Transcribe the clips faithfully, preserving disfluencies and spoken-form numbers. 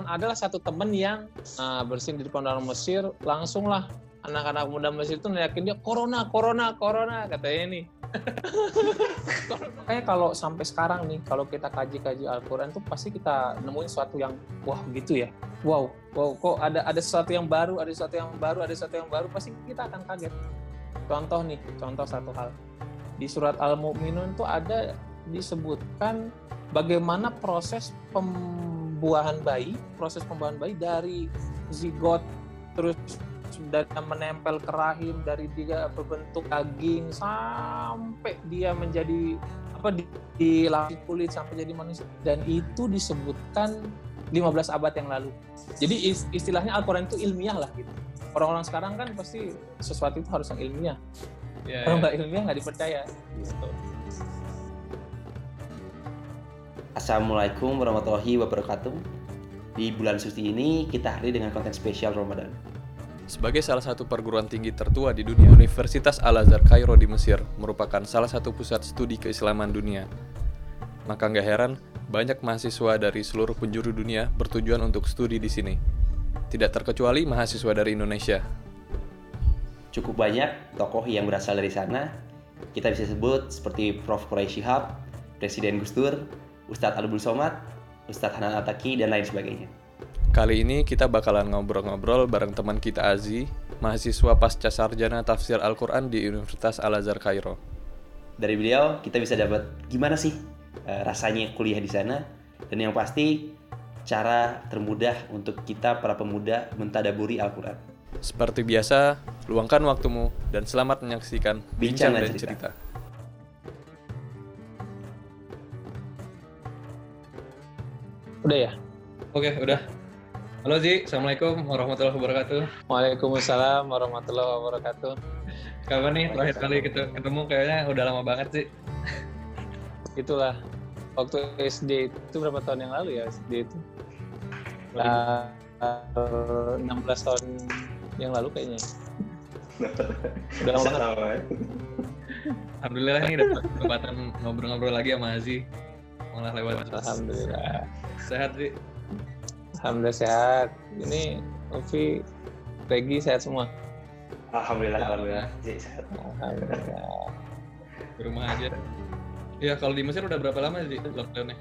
adalah satu temen yang uh, bersin di depan orang Mesir, langsung lah anak-anak muda Mesir itu neriakin dia, corona, corona, corona, katanya nih. Kayak kalau sampai sekarang nih, kalau kita kaji-kaji Al-Quran tuh pasti kita nemuin sesuatu yang, wah gitu ya, wow, wow, kok ada ada sesuatu yang baru, ada sesuatu yang baru, ada sesuatu yang baru, pasti kita akan kaget. Contoh nih, contoh satu hal. Di surat Al-Mu'minun tuh ada disebutkan bagaimana proses pembuahan bayi, proses pembuahan bayi dari zigot, terus dari menempel ke rahim, dari dia berbentuk daging sampai dia menjadi apa di, di lapis kulit sampai jadi manusia, dan itu disebutkan lima belas abad yang lalu. Jadi istilahnya Al-Quran itu ilmiah lah gitu. Orang-orang sekarang kan pasti sesuatu itu harus yang ilmiah. Ya, kalau nggak ya. Ilmiah nggak dipercaya. Gitu. Assalamualaikum warahmatullahi wabarakatuh. Di bulan suci ini kita hadir dengan konten spesial Ramadan. Sebagai salah satu perguruan tinggi tertua di dunia, Universitas Al-Azhar Kairo di Mesir merupakan salah satu pusat studi keislaman dunia. Maka nggak heran, banyak mahasiswa dari seluruh penjuru dunia bertujuan untuk studi di sini. Tidak terkecuali mahasiswa dari Indonesia. Cukup banyak tokoh yang berasal dari sana. Kita bisa sebut seperti Profesor Quraish Shihab, Presiden Gus Dur, Ustadz Abdul Somad, Ustadz Hanan Attaqi, dan lain sebagainya. Kali ini kita bakalan ngobrol-ngobrol bareng teman kita Azi, mahasiswa pasca sarjana tafsir Al-Quran di Universitas Al-Azhar Kairo. Dari beliau kita bisa dapat gimana sih uh, rasanya kuliah di sana, dan yang pasti cara termudah untuk kita para pemuda mentadaburi Al-Quran. Seperti biasa, luangkan waktumu dan selamat menyaksikan Bincang, Bincang dan Cerita. cerita. Udah ya? Oke, udah. Halo Zi, Assalamualaikum warahmatullahi wabarakatuh. Waalaikumsalam warahmatullahi wabarakatuh. Kapan nih terakhir kali kita ketemu, kayaknya udah lama banget sih. Itulah, waktu S D itu berapa tahun yang lalu ya S D itu? Lah, enam belas tahun yang lalu kayaknya. Udah lama banget. Alhamdulillah nih dapat kesempatan ngobrol-ngobrol lagi sama Azi. Malah lewat. Alhamdulillah. Sehat sih. Alhamdulillah sehat. Ini Ufi, Regi sehat semua. Alhamdulillah, alhamdulillah. Sehat. Alhamdulillah. Di rumah aja. Ya, kalau di Mesir udah berapa lama sih lockdown-nya?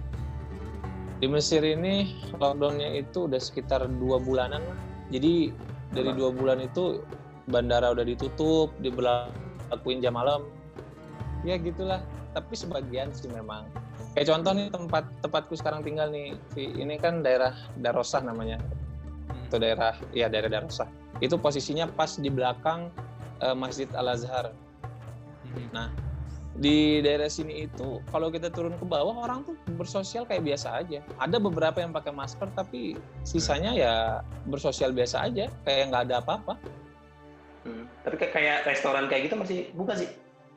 Di Mesir ini lockdown-nya itu udah sekitar dua bulanan lah. Jadi dari dua bulan itu bandara udah ditutup, diberlakuin jam malam. Ya gitulah. Tapi sebagian sih memang. Kayak contoh nih tempat tempatku sekarang tinggal nih, ini kan daerah Darosah namanya, itu daerah ya daerah Darosah. Itu posisinya pas di belakang uh, Masjid Al-Azhar. Nah di daerah sini itu kalau kita turun ke bawah orang tuh bersosial kayak biasa aja. Ada beberapa yang pakai masker tapi sisanya ya bersosial biasa aja, kayak nggak ada apa-apa. Hmm. Tapi kayak restoran kayak gitu masih buka sih.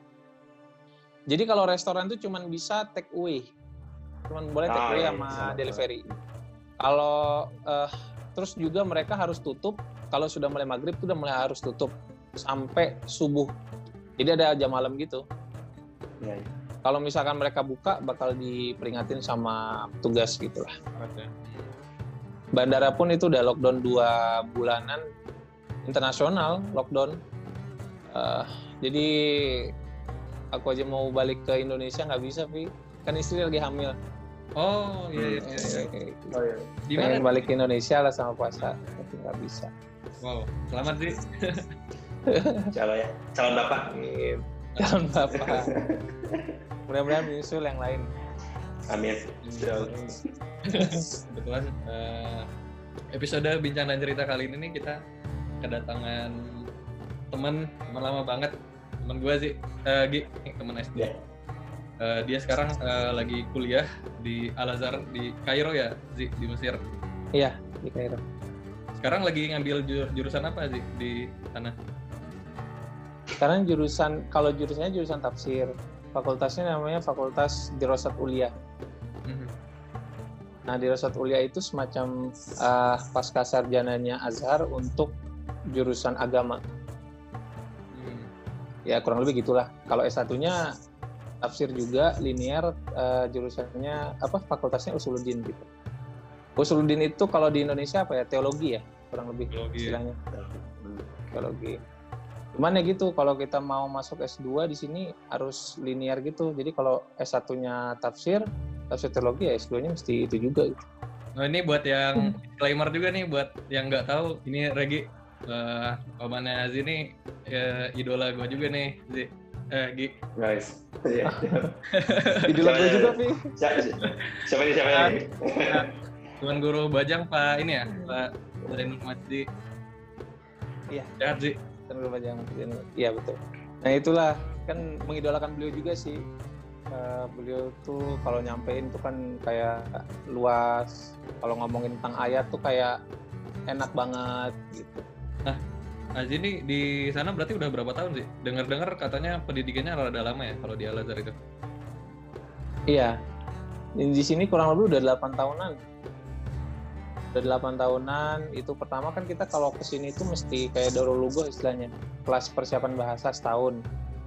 Jadi kalau restoran itu cuma bisa take away, cuma boleh take away oh, sama iya, delivery. Kalau uh, terus juga mereka harus tutup, kalau sudah mulai maghrib itu udah mulai harus tutup sampai subuh. Jadi ada jam malam gitu. Ya, ya. Kalau misalkan mereka buka, bakal diperingatin sama tugas gitulah. Okay. Bandara pun itu udah lockdown dua bulanan, internasional lockdown. Uh, jadi aku aja mau balik ke Indonesia nggak bisa, Vi. Kan istri lagi hamil. Oh iya iya. iya, iya. Oh, iya. Pengen balik ke Indonesia lah sama puasa, tapi nggak bisa. Wow, selamat sih. Calon ya, calon bapak. Calon bapak. Mudah-mudahan menyusul yang lain. Amin. Kebetulan uh, episode Bincang dan Cerita kali ini nih kita kedatangan teman teman lama banget. Temen gue sih, uh, Gi, temen S D. Yeah. Uh, dia sekarang uh, lagi kuliah di Al-Azhar di Kairo ya, Zi, di Mesir. Iya, di Kairo. Sekarang lagi ngambil jur- jurusan apa sih di sana? Sekarang jurusan, kalau jurusannya jurusan tafsir. Fakultasnya namanya Fakultas Dirasat Ulia. Mm-hmm. Nah, Dirasat Ulia itu semacam uh, pasca sarjananya Azhar untuk jurusan agama. Ya kurang lebih gitulah. Kalau S satu-nya tafsir juga linear, uh, jurusannya apa? Fakultasnya Usuluddin gitu. Usuluddin itu kalau di Indonesia apa ya? Teologi ya, kurang lebih Teologi, ya. istilahnya. Teologi. Cuman ya gitu, kalau kita mau masuk S dua di sini harus linear gitu. Jadi kalau S satu-nya tafsir, tafsir teologi ya S dua-nya mesti itu juga gitu. Nah ini buat yang disclaimer juga nih, buat yang nggak tahu, ini Regi, uh, pamannya Azi nih uh, idola gue juga nih, Zi. Eh, Gi. Guys. Iya. Idola gue juga, Pi. Siapa siapa ini siapa ini? Tuan Guru Bajang Pak ini ya, Pak Zainul Majdi. Iya. Sehat, Zi. Kan gue yang iya betul. Nah itulah kan mengidolakan beliau juga sih. Uh, beliau tuh kalau nyampein tuh kan kayak luas. Kalau ngomongin tentang ayat tuh kayak enak banget gitu. Nah, Azi ini di sana berarti udah berapa tahun sih? Dengar-dengar katanya pendidikannya rada lama ya kalau di Al Azhar itu. Iya. Di sini kurang lebih udah delapan tahunan. Udah delapan tahunan, itu pertama kan kita kalau kesini itu mesti kayak Darul Lugah istilahnya, kelas persiapan bahasa setahun.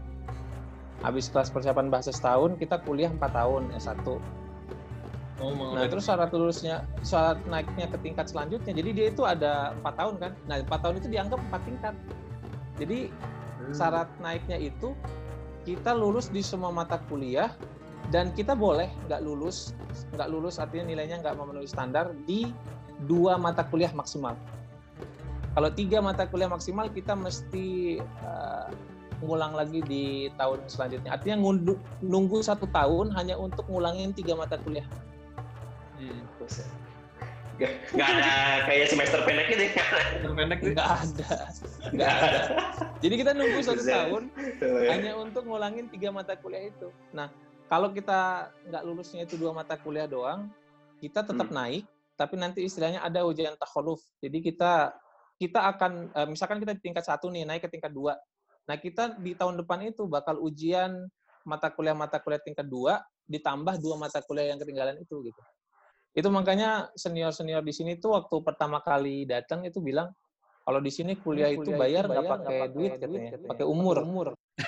Habis kelas persiapan bahasa setahun, kita kuliah empat tahun S satu. Oh, nah terus syarat lulusnya, syarat naiknya ke tingkat selanjutnya, jadi dia itu ada empat tahun kan, nah empat tahun itu dianggap empat tingkat. Jadi syarat naiknya itu, kita lulus di semua mata kuliah, dan kita boleh nggak lulus, nggak lulus artinya nilainya nggak memenuhi standar di dua mata kuliah maksimal. Kalau tiga mata kuliah maksimal kita mesti uh, ngulang lagi di tahun selanjutnya. Artinya ngundu, nunggu satu tahun hanya untuk ngulangin tiga mata kuliah. Hmm. Gak, gak ada kayak semester pendek gitu ya? Semester pendek sih? Nggak ada, nggak ada. Jadi kita nunggu satu tahun hanya untuk ngulangin tiga mata kuliah itu. Nah, kalau kita nggak lulusnya itu dua mata kuliah doang, kita tetap hmm. naik. Tapi nanti istilahnya ada ujian takhaluf. Jadi kita kita akan misalkan kita di tingkat satu nih naik ke tingkat dua. Nah kita di tahun depan itu bakal ujian mata kuliah mata kuliah tingkat dua ditambah dua mata kuliah yang ketinggalan itu gitu. Itu makanya senior senior di sini tuh waktu pertama kali datang itu bilang kalau di sini kuliah, kuliah itu bayar nggak pakai duit katanya, pakai umur. umur.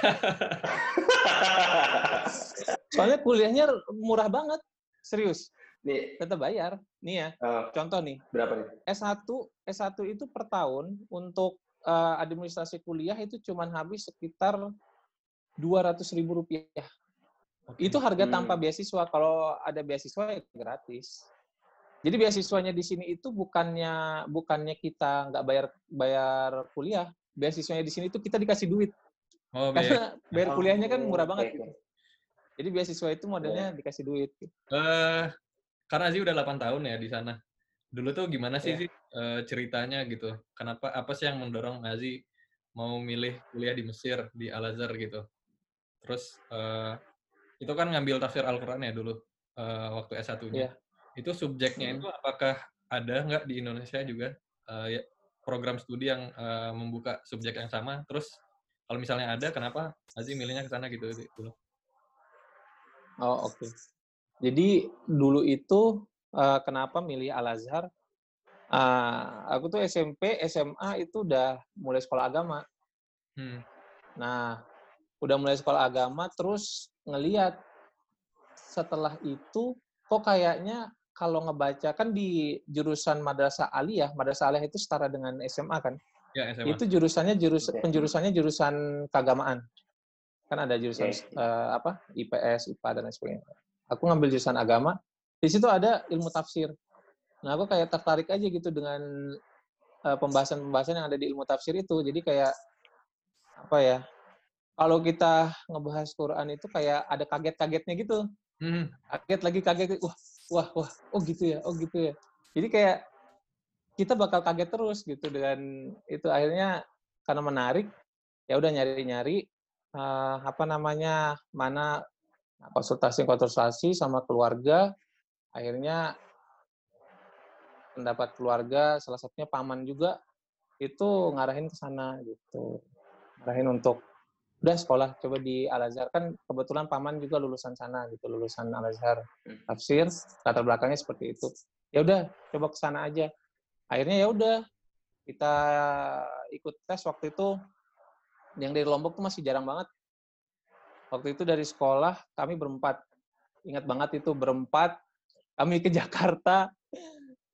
Soalnya kuliahnya murah banget, serius. Nih, tetap bayar. Nih ya, uh, contoh nih. Berapa nih? S satu, S satu itu per tahun untuk uh, administrasi kuliah itu cuma habis sekitar dua ratus ribu rupiah. Okay. Itu harga hmm. tanpa beasiswa. Kalau ada beasiswa ya gratis. Jadi beasiswanya di sini itu bukannya bukannya kita nggak bayar bayar kuliah. Beasiswanya di sini itu kita dikasih duit. Oh, karena bayar kuliahnya kan murah oh, banget. Okay. Gitu. Jadi beasiswa itu modelnya yeah. dikasih duit. Gitu. Uh... Karena Azi udah delapan tahun ya di sana. Dulu tuh gimana sih, yeah. sih uh, ceritanya gitu? Kenapa, apa sih yang mendorong Azi mau milih kuliah di Mesir, di Al Azhar gitu? Terus uh, itu kan ngambil tafsir Al-Quran ya dulu uh, waktu S satu-nya. Yeah. Itu subjeknya hmm. itu apakah ada nggak di Indonesia juga uh, ya, program studi yang uh, membuka subjek yang sama? Terus kalau misalnya ada, kenapa Azi milihnya ke sana gitu dulu? Oh oke. Okay. Jadi dulu itu uh, kenapa milih Al Azhar? Uh, aku tuh S M P, S M A itu udah mulai sekolah agama. Hmm. Nah, udah mulai sekolah agama, terus ngeliat setelah itu kok kayaknya kalau ngebaca kan di jurusan Madrasah Aliyah, Madrasah Aliyah itu setara dengan S M A kan? Ya, S M A. Itu jurusannya jurus penjurusannya jurusan keagamaan. Kan ada jurusan okay. uh, apa? I P S, I P A dan lain sebagainya. Aku ngambil jurusan agama, di situ ada ilmu tafsir. Nah, aku kayak tertarik aja gitu dengan uh, pembahasan-pembahasan yang ada di ilmu tafsir itu. Jadi kayak, apa ya, kalau kita ngebahas Quran itu kayak ada kaget-kagetnya gitu. Hmm. Kaget lagi, kaget, wah, wah, wah, oh gitu ya, oh gitu ya. Jadi kayak, kita bakal kaget terus gitu. Dan itu akhirnya, karena menarik, ya udah nyari-nyari, uh, apa namanya, mana, konsultasi-konsultasi sama keluarga, akhirnya pendapat keluarga, salah satunya paman juga, itu ngarahin ke sana gitu. Ngarahin untuk, udah sekolah, coba di Al Azhar. Kan kebetulan paman juga lulusan sana gitu, lulusan Al Azhar. Tafsir, latar belakangnya seperti itu. Ya udah, coba ke sana aja. Akhirnya ya udah, kita ikut tes waktu itu, yang dari Lombok tuh masih jarang banget. Waktu itu dari sekolah, kami berempat. Ingat banget itu, berempat. Kami ke Jakarta.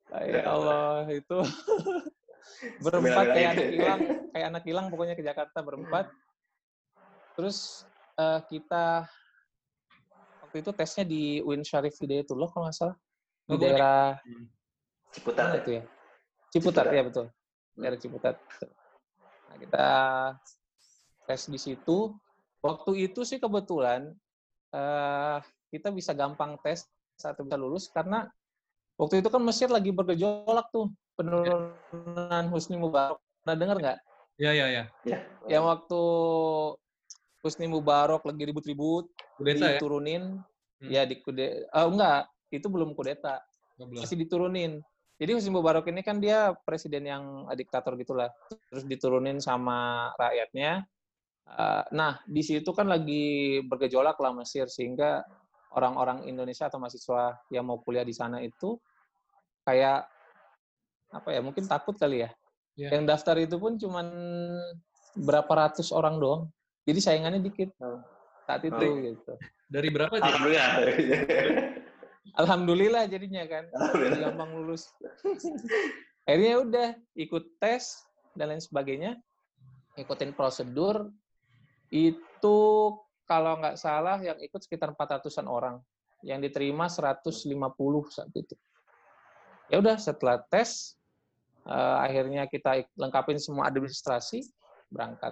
Ya Allah, itu berempat kayak anak hilang, kayak anak hilang pokoknya ke Jakarta berempat. Terus uh, kita waktu itu tesnya di U I N Syarif Hidayatullah kalau nggak salah, di Oh, daerah Ciputat mana itu ya? Ciputat, ya betul, daerah Ciputat. Nah, kita tes di situ. Waktu itu sih kebetulan uh, kita bisa gampang tes saat bisa lulus karena waktu itu kan Mesir lagi bergejolak tuh penurunan Husni Mubarak. Pernah dengar nggak? Ya, ya, ya. Ya. Yang waktu Husni Mubarak lagi ribut-ribut, Kudeta ya? diturunin, Hmm. ya di kude, oh enggak, itu belum kudeta, Oh, belum. masih diturunin. Jadi Husni Mubarak ini kan dia presiden yang diktator gitulah, terus diturunin sama rakyatnya. Uh, nah, di situ kan lagi bergejolak lah Mesir, sehingga orang-orang Indonesia atau mahasiswa yang mau kuliah di sana itu kayak apa ya, mungkin takut kali ya. Yeah. Yang daftar itu pun cuman berapa ratus orang doang. Jadi saingannya dikit saat itu Oh. gitu. Dari berapa sih? Alhamdulillah. Alhamdulillah jadinya kan. Jadi gampang lulus. Akhirnya udah ikut tes dan lain sebagainya. Ikutin prosedur. Itu kalau nggak salah yang ikut sekitar empat ratusan orang. Yang diterima seratus lima puluh saat itu. Ya udah setelah tes, uh, akhirnya kita lengkapin semua administrasi, berangkat.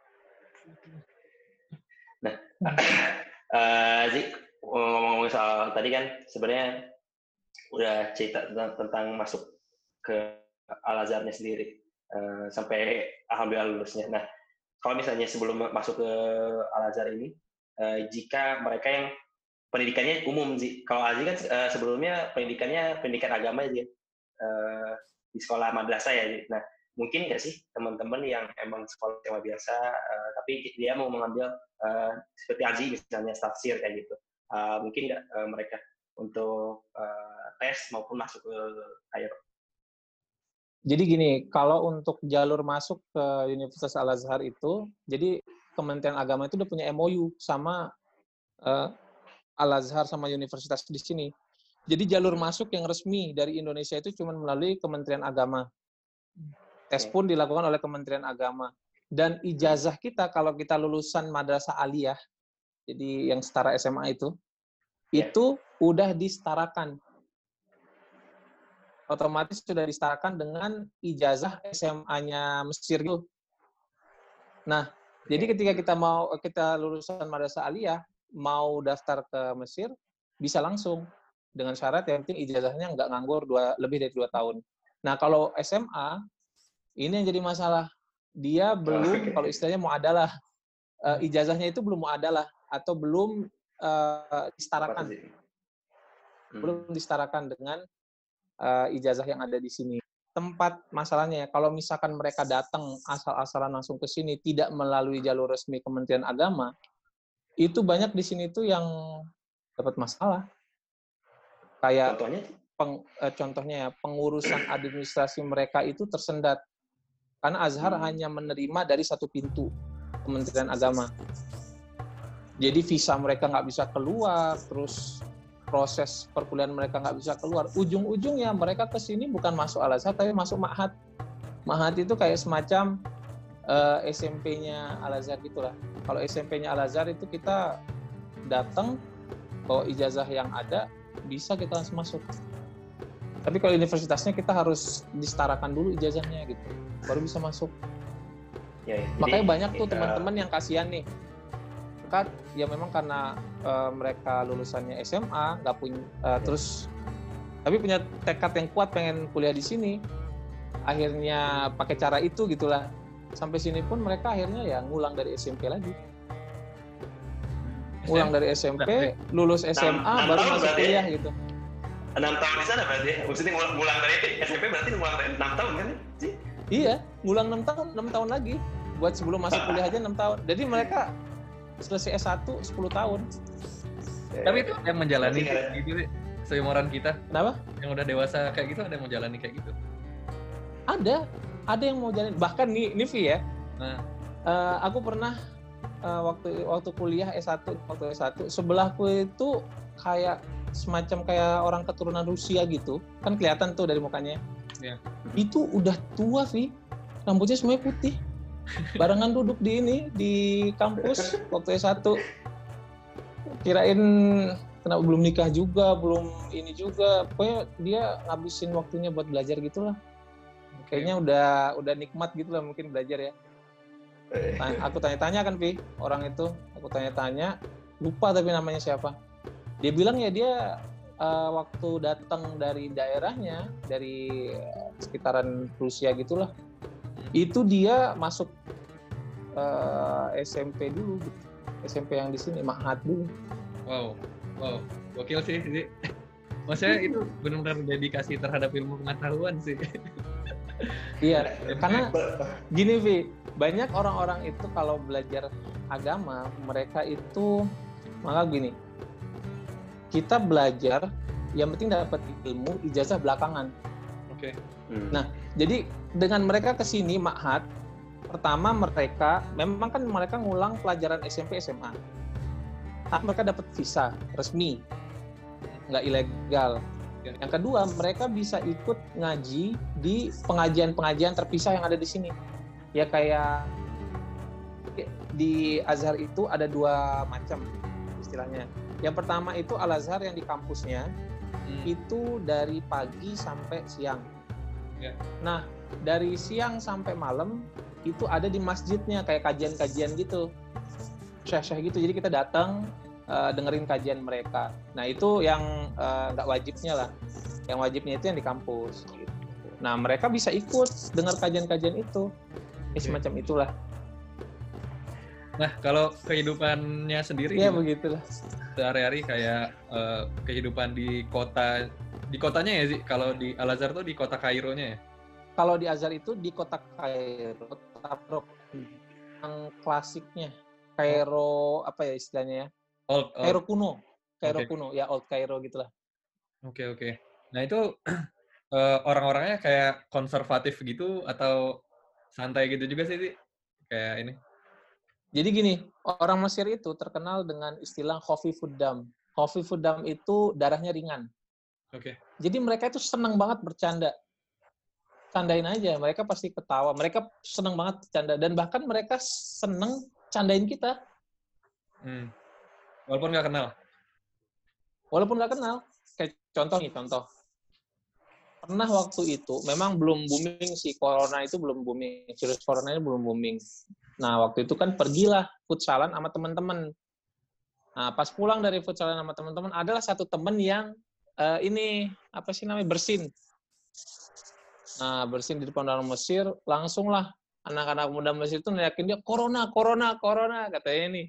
Nah, uh, Zik, ngomong-ngomong soal tadi kan sebenarnya udah cerita tentang, tentang masuk ke Al-Azharnya sendiri, uh, sampai alhamdulillah lulusnya. Nah, kalau misalnya sebelum masuk ke Al-Azhar ini, uh, jika mereka yang pendidikannya umum sih, kalau Aziz kan uh, sebelumnya pendidikannya pendidikan agama aja, uh, di sekolah madrasah ya. Zik. Nah, mungkin nggak sih teman-teman yang emang sekolah sewa biasa, uh, tapi dia mau mengambil uh, seperti Aziz misalnya tafsir kayak gitu, uh, mungkin nggak uh, mereka untuk uh, tes maupun masuk ke Kairo? Jadi gini, kalau untuk jalur masuk ke Universitas Al-Azhar itu, jadi Kementerian Agama itu udah punya M O U sama uh, Al-Azhar sama universitas di sini. Jadi jalur masuk yang resmi dari Indonesia itu cuma melalui Kementerian Agama. Tes pun dilakukan oleh Kementerian Agama. Dan ijazah kita kalau kita lulusan Madrasah Aliyah, jadi yang setara S M A itu, itu udah disetarakan. Otomatis sudah disetarakan dengan ijazah S M A-nya Mesir itu. Nah, jadi ketika kita mau kita lulusan Madrasah Aliyah, mau daftar ke Mesir, bisa langsung. Dengan syarat yang penting ijazahnya nggak nganggur dua, lebih dari dua tahun. Nah, kalau S M A, ini yang jadi masalah. Dia belum, kalau istilahnya mau adalah, uh, ijazahnya itu belum mau adalah, atau belum uh, disetarakan. Hmm. Belum disetarakan dengan uh, ijazah yang ada di sini. Tempat masalahnya, kalau misalkan mereka datang asal-asalan langsung ke sini, tidak melalui jalur resmi Kementerian Agama, itu banyak di sini tuh yang dapat masalah. Kayak contohnya, peng, eh, contohnya ya, pengurusan administrasi mereka itu tersendat. Karena Azhar hmm. hanya menerima dari satu pintu Kementerian Agama. Jadi visa mereka nggak bisa keluar, terus proses perkuliahan mereka nggak bisa keluar. Ujung-ujungnya mereka ke sini bukan masuk Al-Azhar, tapi masuk Ma'had. Ma'had itu kayak semacam uh, S M P-nya Al-Azhar gitulah. Kalau S M P-nya Al-Azhar itu kita datang, bawa ijazah yang ada, bisa kita langsung masuk. Tapi kalau universitasnya kita harus disetarakan dulu ijazahnya gitu, baru bisa masuk. Ya, ya. Makanya Jadi, banyak tuh kita... teman-teman yang kasihan nih. Kan ya memang karena uh, mereka lulusannya S M A, nggak punya, uh, ya. terus tapi punya tekad yang kuat pengen kuliah di sini. Akhirnya pakai cara itu gitulah. Sampai sini pun mereka akhirnya ya ngulang dari S M P lagi. Ngulang dari S M P, lulus S M A, baru masuk kuliah gitu. enam tahun di sana berarti, maksudnya ngulang dari S M P berarti ngulang dari enam tahun kan sih? Iya, ngulang enam tahun, enam tahun lagi. Buat sebelum masuk kuliah aja enam tahun. Jadi mereka selesai S satu sepuluh tahun. Tapi itu yang menjalani kayak gitu sih, seumuran kita. Kenapa? Yang udah dewasa kayak gitu ada yang mau jalani kayak gitu? Ada, ada yang mau jalani. Bahkan nih, Nivi ya. Nah, uh, aku pernah uh, waktu waktu kuliah S satu, waktu S satu sebelahku itu kayak semacam kayak orang keturunan Rusia gitu, kan kelihatan tuh dari mukanya. Ya. Itu udah tua, Vi. Rambutnya semuanya putih. Barengan duduk di ini, di kampus waktu S satu. Kirain kenapa belum nikah juga, belum ini juga. Pokoknya dia ngabisin waktunya buat belajar gitu lah. Kayaknya udah udah nikmat gitu lah mungkin belajar ya. Tanya, aku tanya-tanya kan, Vi, orang itu. Aku tanya-tanya, lupa tapi namanya siapa. Dia bilang ya dia uh, waktu datang dari daerahnya, dari uh, sekitaran Rusia gitulah, itu dia masuk uh, S M P dulu, gitu. S M P yang di sini, Ma'had dulu. Wow, wow, gokil sih, sih. Maksudnya itu benar-benar dedikasi terhadap ilmu pengetahuan sih. Iya, karena gini, Vi, banyak orang-orang itu kalau belajar agama, mereka itu malah gini, kita belajar, yang penting dapat ilmu, ijazah belakangan. Oke. Okay. Hmm. Nah, jadi dengan mereka kesini Ma'had, pertama mereka, memang kan mereka ngulang pelajaran S M P S M A. Nah, mereka dapat visa resmi, nggak ilegal. Yang kedua, mereka bisa ikut ngaji di pengajian-pengajian terpisah yang ada di sini. Ya kayak di Azhar itu ada dua macam istilahnya. Yang pertama itu Al-Azhar yang di kampusnya, hmm. itu dari pagi sampai siang. Yeah. Nah, dari siang sampai malam itu ada di masjidnya, kayak kajian-kajian gitu. Syekh-syekh gitu, jadi kita datang uh, dengerin kajian mereka. Nah, itu yang uh, nggak wajibnya lah. Yang wajibnya itu yang di kampus. Gitu. Nah, mereka bisa ikut dengar kajian-kajian itu. Ya, semacam itulah. Nah, kalau kehidupannya sendiri, ya begitulah. Sehari-hari kayak uh, kehidupan di kota, di kotanya ya sih. Kalau di Al-Azhar tuh di kota Kaironya ya. Kalau di Azhar itu di kota Kairo, Tabrok, yang klasiknya. Kairo apa ya istilahnya ya? Old, old. Kairo kuno, Kairo okay. kuno, ya old Kairo gitulah. Oke okay, oke. Okay. Nah itu uh, orang-orangnya kayak konservatif gitu atau santai gitu juga sih, kayak ini. Jadi gini, orang Mesir itu terkenal dengan istilah khafifud dam. Khafifud dam itu darahnya ringan. Oke. Okay. Jadi mereka itu senang banget bercanda. Candain aja, mereka pasti ketawa. Mereka senang banget bercanda dan bahkan mereka senang candain kita. Hmm. Walaupun nggak kenal. Walaupun nggak kenal. Kayak contoh nih, contoh. Pernah waktu itu, memang belum booming sih, corona itu belum booming. Virus corona ini belum booming. Nah, waktu itu kan pergilah futsalan sama teman-teman. Nah, pas pulang dari futsalan sama teman-teman, adalah satu teman yang uh, ini, apa sih namanya, bersin. Nah, bersin di depan orang Mesir, langsunglah anak-anak muda Mesir itu neriakin dia, corona, corona, corona, katanya ini.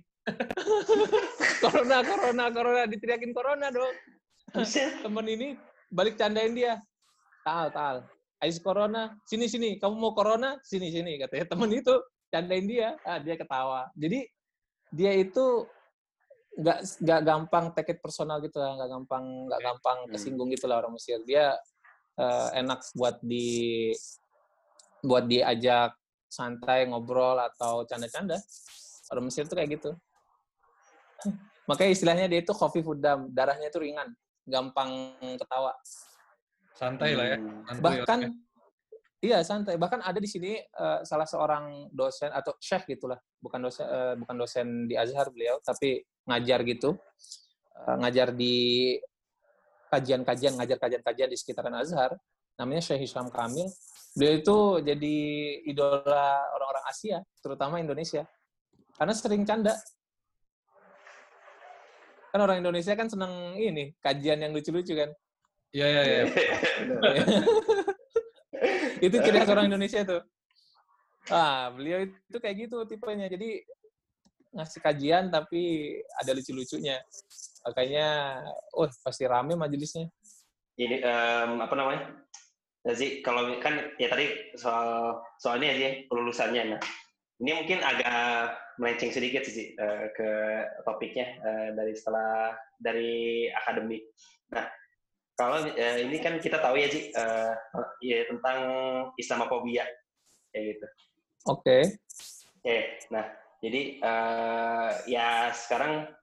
corona, corona, corona, diteriakin corona dong. Temen ini balik candain dia. Tal, tal, ais corona, sini, sini, kamu mau corona? Sini, sini, katanya temen itu. Candain dia, ah, dia ketawa. Jadi dia itu nggak nggak gampang take it personal gitu lah, nggak gampang nggak gampang kesinggung gitu lah orang Mesir. Dia uh, enak buat di buat diajak santai ngobrol atau canda-canda. Orang Mesir tuh kayak gitu. Makanya istilahnya dia itu khafifud dam, darahnya itu ringan, gampang ketawa. Santai lah ya. Santai bahkan lah. Iya santai. Bahkan ada di sini uh, salah seorang dosen atau syekh gitulah, bukan dosen uh, bukan dosen di Azhar beliau, tapi ngajar gitu, uh, ngajar di kajian-kajian, ngajar kajian-kajian di sekitaran Azhar. Namanya Syekh Hisham Kamil. Beliau itu jadi idola orang-orang Asia, terutama Indonesia, karena sering canda. Kan orang Indonesia kan seneng ini kajian yang lucu-lucu kan. Iya iya iya. Itu ciri khas orang Indonesia tuh. Ah, beliau itu kayak gitu tipenya. Jadi ngasih kajian tapi ada lucu-lucunya. Makanya, oh pasti rame majelisnya. Ini um, apa namanya? Jadi kalau kan ya tadi soal soalnya sih kelulusannya. Nah, ini mungkin agak melenceng sedikit sih uh, ke topiknya uh, dari setelah dari akademik. Nah, kalau uh, ini kan kita tahu ya sih uh, ya tentang Islamofobia kayak gitu. Oke. Okay. Oke, okay, nah jadi uh, ya sekarang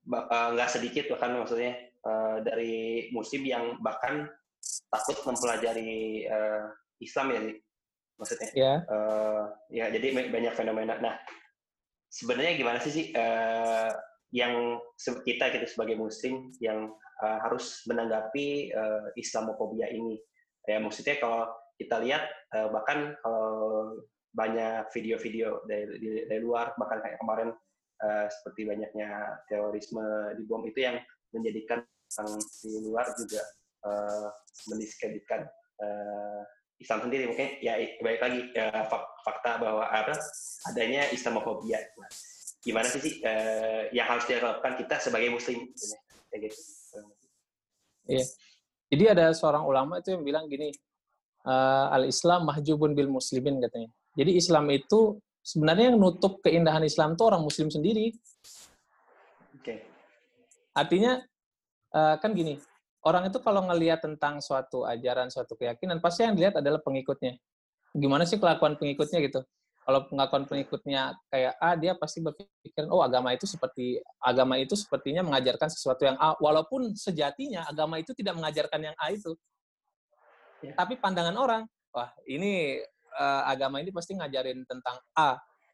nggak uh, sedikit bahkan maksudnya uh, dari muslim yang bahkan takut mempelajari uh, Islam ya, maksudnya. Ya. Uh, ya jadi banyak fenomena. Nah, sebenarnya gimana sih sih uh, yang kita gitu sebagai muslim yang uh, harus menanggapi uh, Islamofobia ini? Ya maksudnya kalau kita lihat uh, bahkan kalau banyak video-video dari, dari luar, bahkan kayak kemarin Uh, seperti banyaknya terorisme di bom itu yang menjadikan orang di luar juga uh, mendiskreditkan uh, Islam sendiri. Mungkin ya baik lagi uh, fakta bahwa apa adanya Islamofobia. Nah, gimana sih sih uh, yang harus dilakukan kita sebagai muslim? Kayak gitu. Iya. Jadi ada seorang ulama itu yang bilang gini, uh, al-Islam mahjubun bil muslimin katanya. Jadi Islam itu sebenarnya yang nutup keindahan Islam itu orang Muslim sendiri. Oke. Okay. Artinya uh, kan gini, orang itu kalau ngelihat tentang suatu ajaran, suatu keyakinan, pasti yang dilihat adalah pengikutnya. Gimana sih kelakuan pengikutnya gitu? Kalau pengakuan pengikutnya kayak A, dia pasti berpikir, oh agama itu seperti agama itu sepertinya mengajarkan sesuatu yang A, walaupun sejatinya agama itu tidak mengajarkan yang A itu. Ya. Tapi pandangan orang, wah ini Uh, agama ini pasti ngajarin tentang A.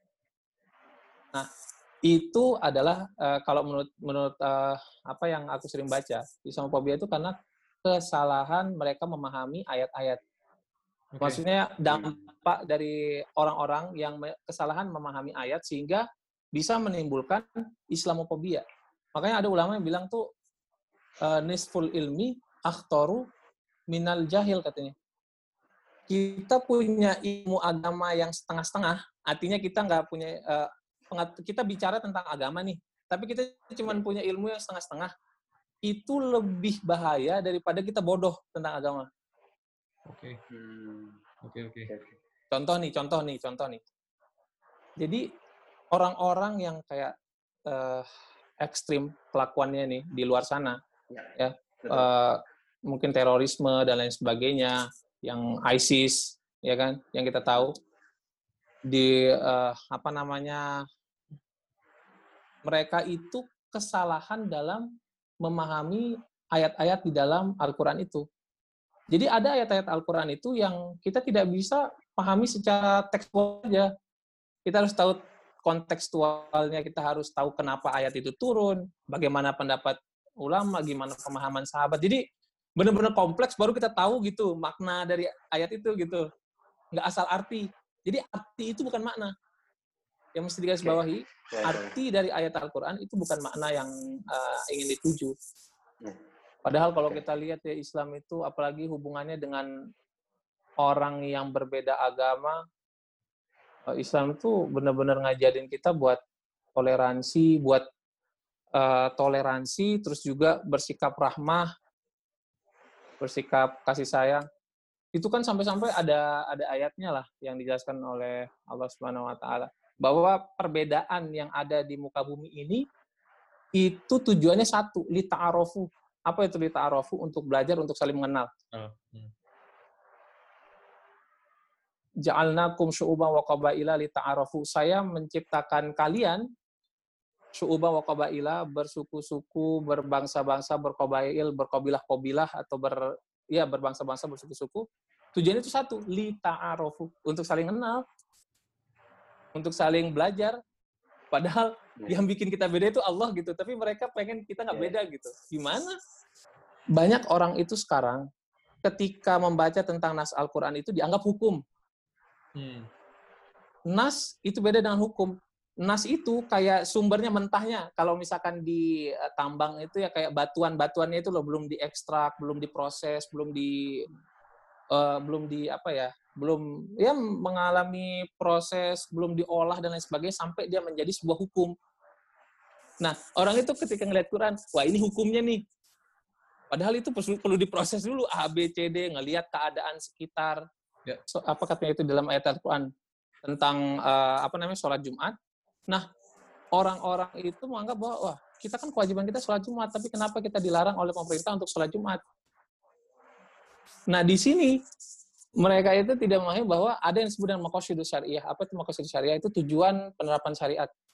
Nah, itu adalah uh, kalau menurut menurut uh, apa yang aku sering baca, Islamofobia itu karena kesalahan mereka memahami ayat-ayat. Okay. Maksudnya dampak dari orang-orang yang kesalahan memahami ayat sehingga bisa menimbulkan Islamofobia. Makanya ada ulama yang bilang tuh uh, nisful ilmi akhtaru minal jahil katanya. Kita punya ilmu agama yang setengah-setengah, artinya kita nggak punya, uh, kita bicara tentang agama nih, tapi kita cuma punya ilmu yang setengah-setengah, itu lebih bahaya daripada kita bodoh tentang agama. Oke, oke, oke. Contoh nih, contoh nih, contoh nih. Jadi orang-orang yang kayak uh, ekstrim kelakuannya nih di luar sana, ya, uh, mungkin terorisme dan lain sebagainya, yang ISIS, ya kan, yang kita tahu di uh, apa namanya, mereka itu kesalahan dalam memahami ayat-ayat di dalam Al-Quran itu. Jadi ada ayat-ayat Al-Quran itu yang kita tidak bisa pahami secara tekstual aja. Kita harus tahu kontekstualnya, kita harus tahu kenapa ayat itu turun, bagaimana pendapat ulama, gimana pemahaman sahabat. Jadi benar-benar kompleks baru kita tahu gitu makna dari ayat itu gitu, nggak asal arti. Jadi arti itu bukan makna yang mesti digarisbawahi. Arti dari ayat Al-Quran itu bukan makna yang uh, ingin dituju. Padahal kalau kita lihat ya Islam itu apalagi hubungannya dengan orang yang berbeda agama, uh, Islam itu benar-benar ngajarin kita buat toleransi, buat uh, toleransi, terus juga bersikap rahmah, bersikap kasih sayang. Itu kan sampai-sampai ada ada ayatnya lah yang dijelaskan oleh Allah Subhanahu wa taala bahwa perbedaan yang ada di muka bumi ini itu tujuannya satu, li ta'arofu. Apa itu li ta'arofu? Untuk belajar, untuk saling mengenal. Oh. Hmm. Ja'alnakum syu'uban wa qabaila li ta'arofu. Saya menciptakan kalian syu'uban wa qabaila, bersuku-suku, berbangsa-bangsa, berqabail, berqabilah-qabilah atau ber ya berbangsa-bangsa, bersuku-suku. Tujuannya itu satu, li ta'arofu, untuk saling kenal, untuk saling belajar. Padahal yeah. yang bikin kita beda itu Allah gitu, tapi mereka pengen kita nggak beda gitu. Gimana? Banyak orang itu sekarang ketika membaca tentang nas Al-Quran itu dianggap hukum. Hmm. Nas itu beda dengan hukum. Nas itu kayak sumbernya mentahnya. Kalau misalkan di tambang itu ya kayak batuan-batuannya itu loh, belum diekstrak, belum diproses, belum di uh, belum di apa ya, belum ya mengalami proses, belum diolah dan lain sebagainya sampai dia menjadi sebuah hukum. Nah, orang itu ketika ngeliat Quran, wah ini hukumnya nih. Padahal itu perlu diproses dulu A, B, C, D, ngelihat keadaan sekitar. Ya. So, apa katanya itu dalam ayat Al-Quran tentang uh, apa namanya sholat Jumat. Nah, orang-orang itu menganggap bahwa wah, kita kan kewajiban kita sholat Jumat, tapi kenapa kita dilarang oleh pemerintah untuk sholat Jumat? Nah, di sini mereka itu tidak memahami bahwa ada yang disebut dengan maqasidus syariah. Apa itu maqasidus syariah? Itu tujuan penerapan syariat.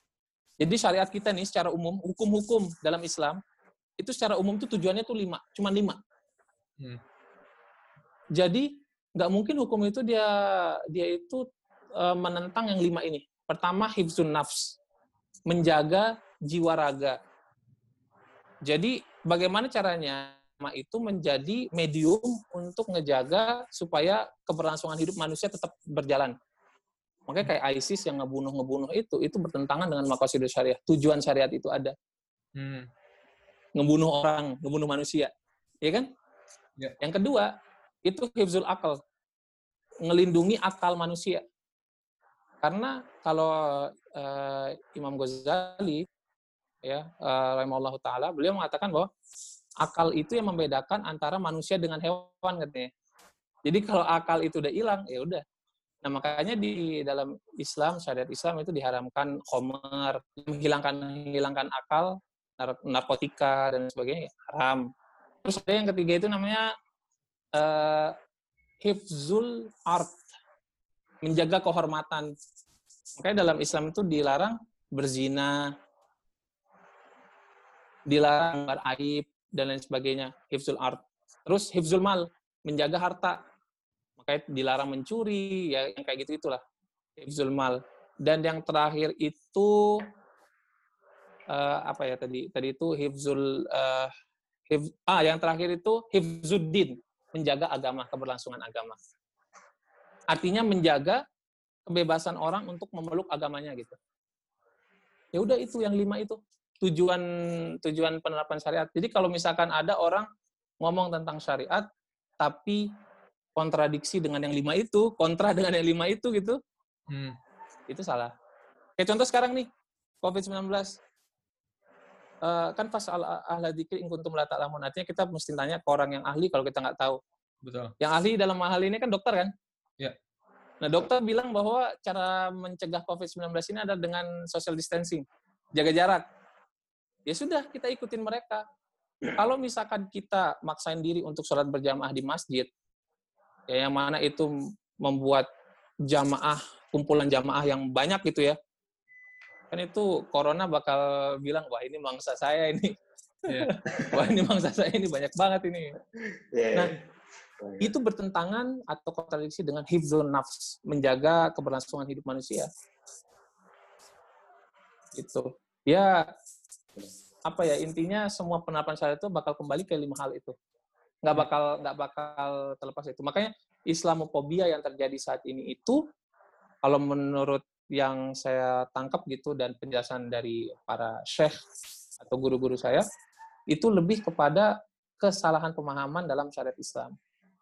Jadi syariat kita nih secara umum, hukum-hukum dalam Islam, itu secara umum tuh tujuannya tuh lima, cuma lima. Hmm. Jadi nggak mungkin hukum itu dia dia itu uh, menentang yang lima ini. Pertama, hifzun nafs, menjaga jiwa raga. Jadi bagaimana caranya itu menjadi medium untuk ngejaga supaya keberlangsungan hidup manusia tetap berjalan. Makanya kayak ISIS yang ngebunuh-ngebunuh itu, itu bertentangan dengan maqasidus syariah. Tujuan syariat itu ada. Hmm. Ngebunuh orang, ngebunuh manusia. Ya kan? Ya. Yang kedua, itu hifzul akal. Ngelindungi akal manusia. Karena kalau uh, Imam Ghazali, ya, uh, rahimahullahu ta'ala, beliau mengatakan bahwa akal itu yang membedakan antara manusia dengan hewan, katanya. Jadi kalau akal itu udah hilang, ya udah. Nah, makanya di dalam Islam, syariat Islam itu diharamkan khamar, menghilangkan menghilangkan akal, narkotika dan sebagainya, ya, haram. Terus ada yang ketiga itu namanya uh, hifzul art, menjaga kehormatan. Makanya dalam Islam itu dilarang berzina, dilarang beraib dan lain sebagainya, hifzul art. Terus hifzul mal, menjaga harta. Makanya dilarang mencuri, ya yang kayak gitu itulah hifzul mal. Dan yang terakhir itu uh, apa ya tadi? Tadi itu hifzul uh, hif, ah yang terakhir itu hifzuddin, menjaga agama, keberlangsungan agama. Artinya menjaga kebebasan orang untuk memeluk agamanya gitu. Ya udah itu yang lima itu tujuan tujuan penerapan syariat. Jadi kalau misalkan ada orang ngomong tentang syariat tapi kontradiksi dengan yang lima itu, kontra dengan yang lima itu gitu, hmm. itu salah. Kayak contoh sekarang nih, covid sembilan belas. Uh, kan pas ahla dzikri in kuntum la ta'lamun, artinya kita mesti tanya ke orang yang ahli kalau kita nggak tahu. Betul. Yang ahli dalam hal ini kan dokter kan? Ya. Nah, dokter bilang bahwa cara mencegah covid sembilan belas ini adalah dengan social distancing, jaga jarak. Ya sudah, kita ikutin mereka. Kalau misalkan kita maksain diri untuk sholat berjamaah di masjid, ya yang mana itu membuat jamaah, kumpulan jamaah yang banyak gitu ya, kan itu corona bakal bilang, wah ini mangsa saya ini. Yeah. Wah ini mangsa saya ini banyak banget ini. Yeah. Nah, itu bertentangan atau kontradiksi dengan hifzun nafs, menjaga keberlangsungan hidup manusia. Gitu. Ya, apa ya, intinya semua penerapan syariat itu bakal kembali ke lima hal itu. Nggak bakal nggak bakal terlepas itu. Makanya Islamofobia yang terjadi saat ini itu, kalau menurut yang saya tangkap gitu dan penjelasan dari para syekh atau guru-guru saya, itu lebih kepada kesalahan pemahaman dalam syariat Islam.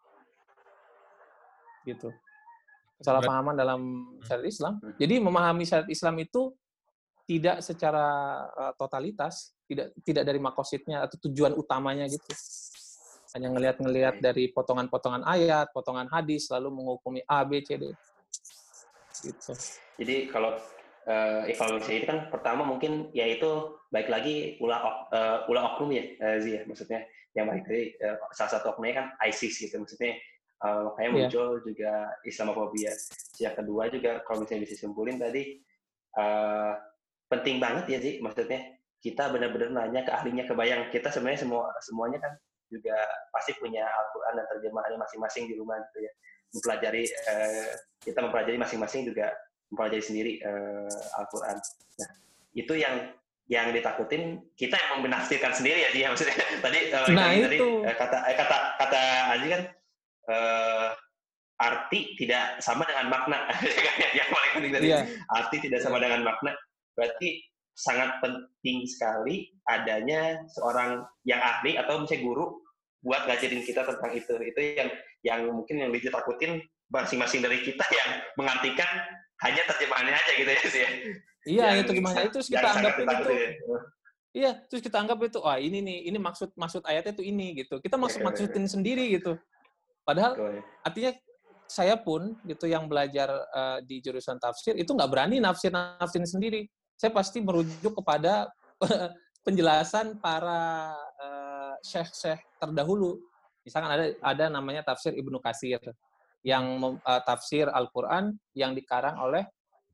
Gitu. Kesalahpahaman dalam syariat Islam. Jadi memahami syariat Islam itu tidak secara uh, totalitas, tidak tidak dari makosidnya atau tujuan utamanya gitu. Hanya ngelihat-ngelihat dari potongan-potongan ayat, potongan hadis, lalu menghukumi A, B, C, D. Gitu. Jadi kalau uh, evaluasi itu kan pertama mungkin yaitu baik lagi ulah uh, ulah oknum ya, uh, Zia, maksudnya yang baik tadi uh, salah satu oknumnya kan ISIS gitu, maksudnya uh, makanya muncul yeah. juga Islamofobia. Yang kedua juga kalau misalnya bisa simpulin tadi uh, penting banget ya sih, maksudnya kita benar-benar nanya ke ahlinya, kebayang kita sebenarnya semua semuanya kan juga pasti punya Al-Quran dan terjemahannya masing-masing di rumah gitu ya. Mempelajari eh, kita mempelajari masing-masing juga mempelajari sendiri eh, Al-Quran. Nah, itu yang yang ditakutin kita yang menafsirkan sendiri ya, dia maksudnya. Tadi eh, nah, tadi, tadi eh, kata eh, kata kata Aziz kan eh, arti tidak sama dengan makna. Yang paling penting tadi, yeah. arti tidak sama dengan makna. Berarti sangat penting sekali adanya seorang yang ahli atau misalnya guru buat ngajarin kita tentang itu. Itu yang yang mungkin yang ditakutin masing-masing dari kita yang mengartikan hanya terjemahannya aja gitu ya sih. Iya, yang, itu gimana itu kita anggap itu. Ya. Iya, terus kita anggap itu, ah ini nih, ini maksud maksud ayatnya itu ini gitu. Kita maksud maksudin sendiri gitu. Padahal artinya saya pun gitu yang belajar uh, di jurusan tafsir itu nggak berani nafsir-nafsirin sendiri. Saya pasti merujuk kepada penjelasan para uh, syekh-syekh terdahulu. Misalkan ada ada namanya tafsir Ibnu Katsir yang uh, tafsir Al-Qur'an yang dikarang oleh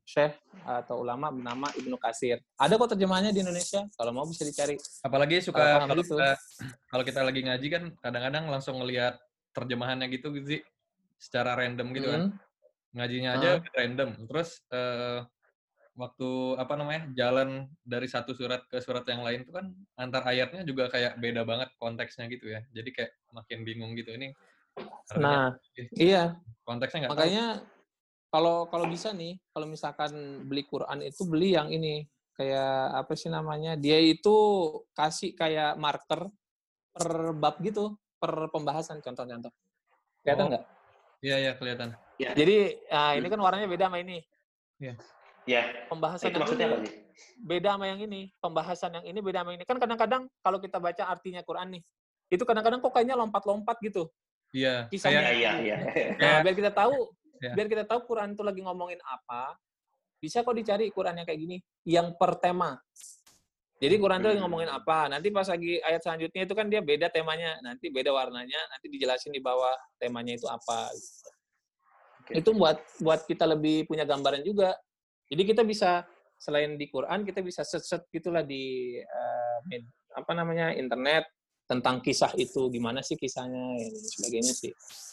syekh atau ulama bernama Ibnu Katsir. Ada kok terjemahannya di Indonesia, kalau mau bisa dicari. Apalagi suka Kalau kalau gitu. kita, kalau kita lagi ngaji kan kadang-kadang langsung ngelihat terjemahannya gitu sih secara random gitu kan. Mm-hmm. Ngajinya aja Uh-huh. random. Terus eh, waktu apa namanya jalan dari satu surat ke surat yang lain itu kan antar ayatnya juga kayak beda banget konteksnya gitu ya. Jadi kayak makin bingung gitu ini. Artinya Nah, iya. konteksnya nggak tahu. Makanya kalau kalau bisa nih, kalau misalkan beli Quran itu beli yang ini kayak apa sih namanya? Dia itu kasih kayak marker per bab gitu, per pembahasan contoh-contoh. Kelihatan nggak? Oh, iya iya kelihatan. Ya. Jadi nah, ini kan warnanya beda sama ini. Iya. Ya. Pembahasan Itu yang maksudnya ini apa sih? beda sama yang ini. Pembahasan yang ini beda sama ini. Kan kadang-kadang kalau kita baca artinya Quran nih, itu kadang-kadang kok kayaknya lompat-lompat gitu. Iya. Kisahnya. Iya iya iya. Nah, biar kita tahu, Ya. biar kita tahu Quran itu lagi ngomongin apa, bisa kok dicari Quran yang kayak gini, yang per tema. Jadi Quran itu lagi ngomongin apa, nanti pas lagi ayat selanjutnya itu kan dia beda temanya, nanti beda warnanya, nanti dijelasin di bawah temanya itu apa. Oke. Itu buat buat kita lebih punya gambaran juga. Jadi kita bisa selain di Quran, kita bisa set-set gitulah di uh, apa namanya internet tentang kisah itu, gimana sih kisahnya, dan sebagainya sih.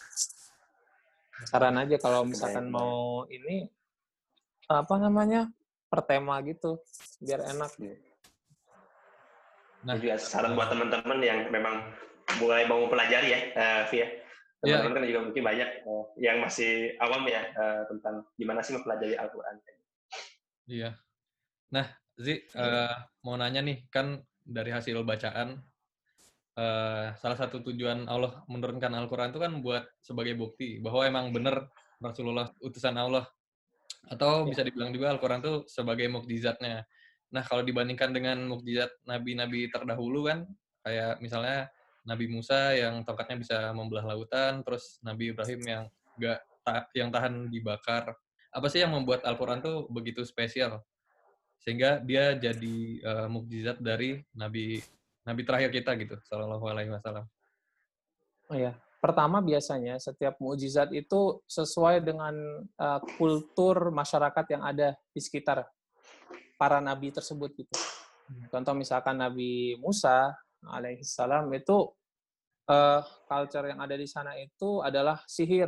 Saran aja kalau misalkan mau ini apa namanya per tema gitu biar enak. Nah, juga saran buat teman-teman yang memang mulai mau pelajari ya, uh, Via. Teman-teman ya. Kan juga mungkin banyak uh, yang masih awam ya uh, tentang gimana sih mempelajari Al-Quran. Iya. Nah, Zi, uh, mau nanya nih, kan dari hasil bacaan Uh, salah satu tujuan Allah menurunkan Al-Quran itu kan buat sebagai bukti bahwa emang benar Rasulullah utusan Allah, atau bisa dibilang juga Al-Quran itu sebagai mukjizatnya. Nah, kalau dibandingkan dengan mukjizat nabi-nabi terdahulu kan, kayak misalnya Nabi Musa yang tongkatnya bisa membelah lautan, terus Nabi Ibrahim yang gak ta- yang tahan dibakar. Apa sih yang membuat Al-Quran tuh begitu spesial sehingga dia jadi uh, mukjizat dari Nabi Nabi terakhir kita gitu, sallallahu alaihi wasallam. Oh ya, pertama biasanya setiap mukjizat itu sesuai dengan uh, kultur masyarakat yang ada di sekitar para nabi tersebut gitu. Contoh misalkan Nabi Musa alaihissalam itu uh, culture yang ada di sana itu adalah sihir.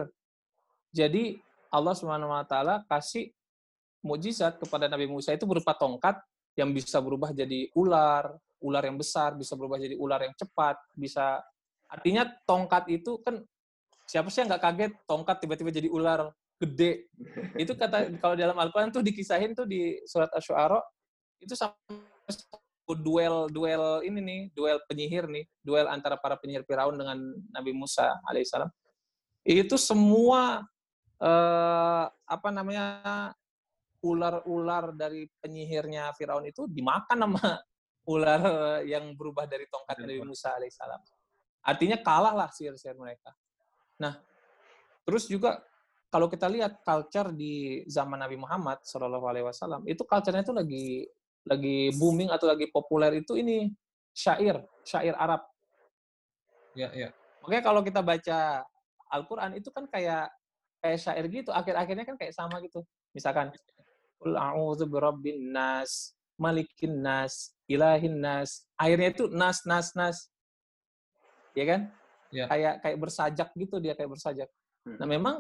Jadi Allah Subhanahu wa taala kasih mukjizat kepada Nabi Musa itu berupa tongkat yang bisa berubah jadi ular, ular yang besar, bisa berubah jadi ular yang cepat, bisa artinya tongkat itu kan siapa sih yang nggak kaget tongkat tiba-tiba jadi ular gede. Itu kata kalau dalam Al-Qur'an tuh dikisahin tuh di surat Asy-Syu'ara itu sampai duel duel ini nih, duel penyihir nih, duel antara para penyihir Firaun dengan Nabi Musa alaihissalam. Itu semua eh, apa namanya ular-ular dari penyihirnya Firaun itu dimakan sama ular yang berubah dari tongkat Nabi Musa alaihissalam. Artinya kalah lah sihir-sihir mereka. Nah, terus juga kalau kita lihat culture di zaman Nabi Muhammad shallallahu alaihi wasallam, itu culture-nya itu lagi lagi booming atau lagi populer itu ini syair, syair Arab. Ya, ya. Makanya kalau kita baca Al-Quran itu kan kayak kayak syair gitu, akhir-akhirnya kan kayak sama gitu. Misalkan Qul a'udzu birabbin nas, malikin nas, ilahin nas. Akhirnya itu nas nas nas. Ya kan? Ya. Kayak kayak bersajak gitu dia kayak bersajak. Nah, memang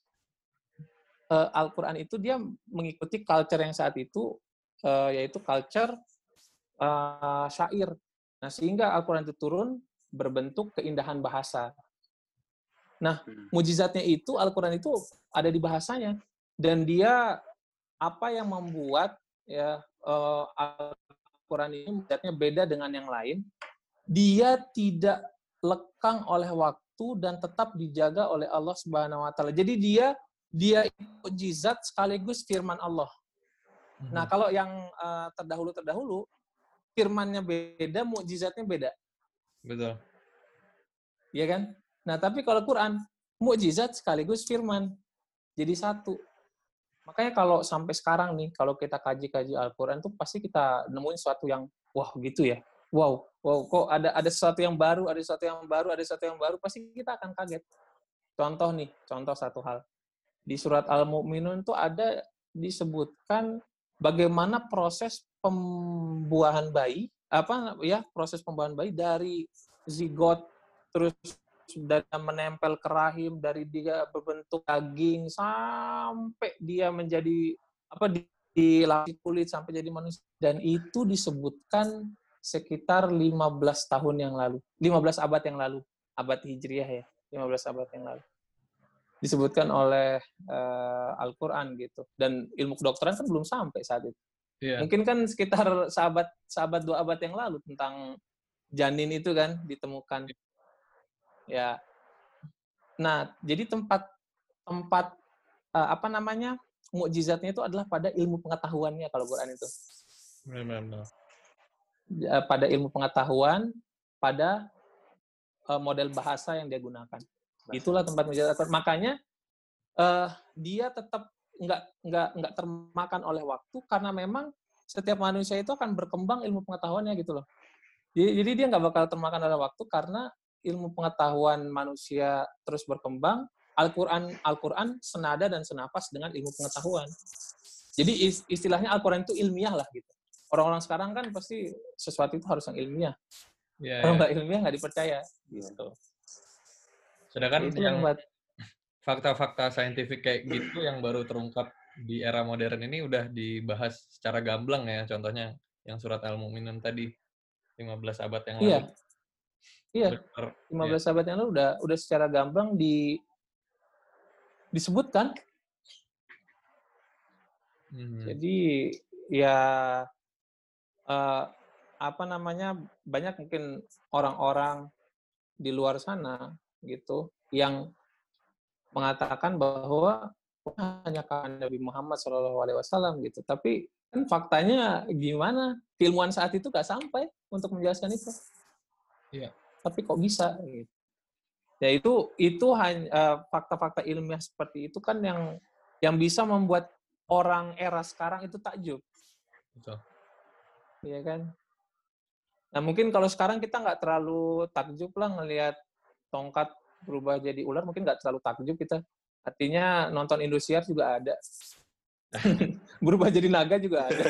uh, Al-Qur'an itu dia mengikuti culture yang saat itu uh, yaitu culture uh, syair. Nah, sehingga Al-Qur'an itu turun berbentuk keindahan bahasa. Nah, mujizatnya itu Al-Qur'an itu ada di bahasanya dan dia apa yang membuat ya uh, Al-Quran ini mujizatnya beda dengan yang lain, dia tidak lekang oleh waktu dan tetap dijaga oleh Allah Subhanahu wa taala. Jadi dia dia mujizat sekaligus firman Allah. Mm-hmm. Nah, kalau yang uh, terdahulu-terdahulu firmannya beda, mujizatnya beda. Betul. Iya kan? Nah, tapi kalau Quran mujizat sekaligus firman. Jadi satu. Makanya kalau sampai sekarang nih, kalau kita kaji-kaji Al-Quran tuh pasti kita nemuin sesuatu yang, wah gitu ya. Wow, wow, kok ada ada sesuatu yang baru, ada sesuatu yang baru, ada sesuatu yang baru, pasti kita akan kaget. Contoh nih, contoh satu hal. Di surat Al-Mu'minun tuh ada disebutkan bagaimana proses pembuahan bayi, apa ya, proses pembuahan bayi dari zigot terus dan menempel ke rahim, dari dia berbentuk daging sampai dia menjadi apa di, dilapisi kulit sampai jadi manusia, dan itu disebutkan sekitar lima belas tahun yang lalu, lima belas abad yang lalu, abad Hijriah ya, lima belas abad yang lalu. Disebutkan oleh uh, Al-Qur'an gitu. Dan ilmu kedokteran kan belum sampai saat itu. Yeah. Mungkin kan sekitar seabad seabad dua abad yang lalu tentang janin itu kan ditemukan. Ya. Nah, jadi tempat tempat uh, apa namanya? mukjizatnya itu adalah pada ilmu pengetahuannya kalau Quran itu. Benar-benar. Pada ilmu pengetahuan, pada uh, model bahasa yang dia gunakan. Itulah tempat mujizat. Makanya uh, dia tetap nggak nggak nggak termakan oleh waktu, karena memang setiap manusia itu akan berkembang ilmu pengetahuannya gitu loh. Jadi, jadi dia nggak bakal termakan oleh waktu karena ilmu pengetahuan manusia terus berkembang. Al-Quran Al-Quran senada dan senafas dengan ilmu pengetahuan. Jadi istilahnya Al-Quran itu ilmiah lah gitu. Orang-orang sekarang kan pasti sesuatu itu harus yang ilmiah. Ya, kalau nggak ya. ilmiah nggak dipercaya gitu. Sedangkan itu yang buat fakta-fakta saintifik kayak gitu yang baru terungkap di era modern ini udah dibahas secara gamblang ya. Contohnya yang surat Al-Mu'minun tadi lima belas abad yang lalu. Iya. Iya. lima belas ya. abad yang lalu udah udah secara gamblang di disebutkan. Hmm. Jadi ya uh, apa namanya, banyak mungkin orang-orang di luar sana gitu yang mengatakan bahwa hanya kan Nabi Muhammad shallallahu alaihi wasallam gitu, tapi kan faktanya gimana, keilmuan saat itu nggak sampai untuk menjelaskan itu. Iya. Tapi kok bisa? Gitu. Ya itu itu hanya uh, fakta-fakta ilmiah seperti itu kan yang yang bisa membuat orang era sekarang itu takjub. Betul. Iya kan? Nah mungkin kalau sekarang kita nggak terlalu takjub lah ngelihat tongkat berubah jadi ular, mungkin nggak terlalu takjub kita. Artinya nonton Indosiar juga ada. Berubah jadi naga juga ada.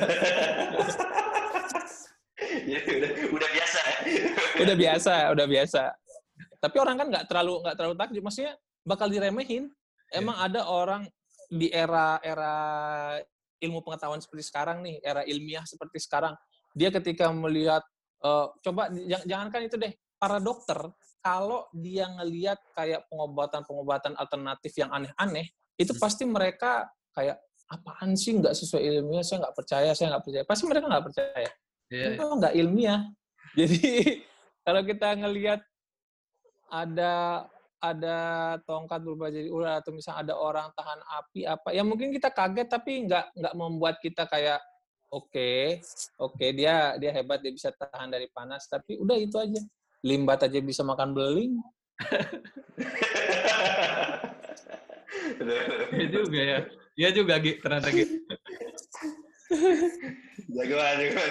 Ya, udah, udah biasa. Udah biasa, udah biasa. Tapi orang kan nggak terlalu nggak terlalu takjub, maksudnya bakal diremehin. Emang yeah. ada orang di era-era ilmu pengetahuan seperti sekarang nih, era ilmiah seperti sekarang, dia ketika melihat, uh, coba jangankan itu deh, para dokter, kalau dia ngelihat kayak pengobatan-pengobatan alternatif yang aneh-aneh, itu pasti mereka kayak, apaan sih, nggak sesuai ilmiah, saya nggak percaya, saya nggak percaya. Pasti mereka nggak percaya. Yeah, itu yeah. nggak ilmiah. Jadi, kalau kita ngelihat ada ada tongkat berubah jadi ular, atau misalnya ada orang tahan api apa, ya mungkin kita kaget tapi nggak nggak membuat kita kayak oke okay, oke okay, dia dia hebat, dia bisa tahan dari panas, tapi udah itu aja. Limbat aja bisa makan beling. Iya juga ya. Iya juga Gi, ternyata Gi. Jagoan jagoan.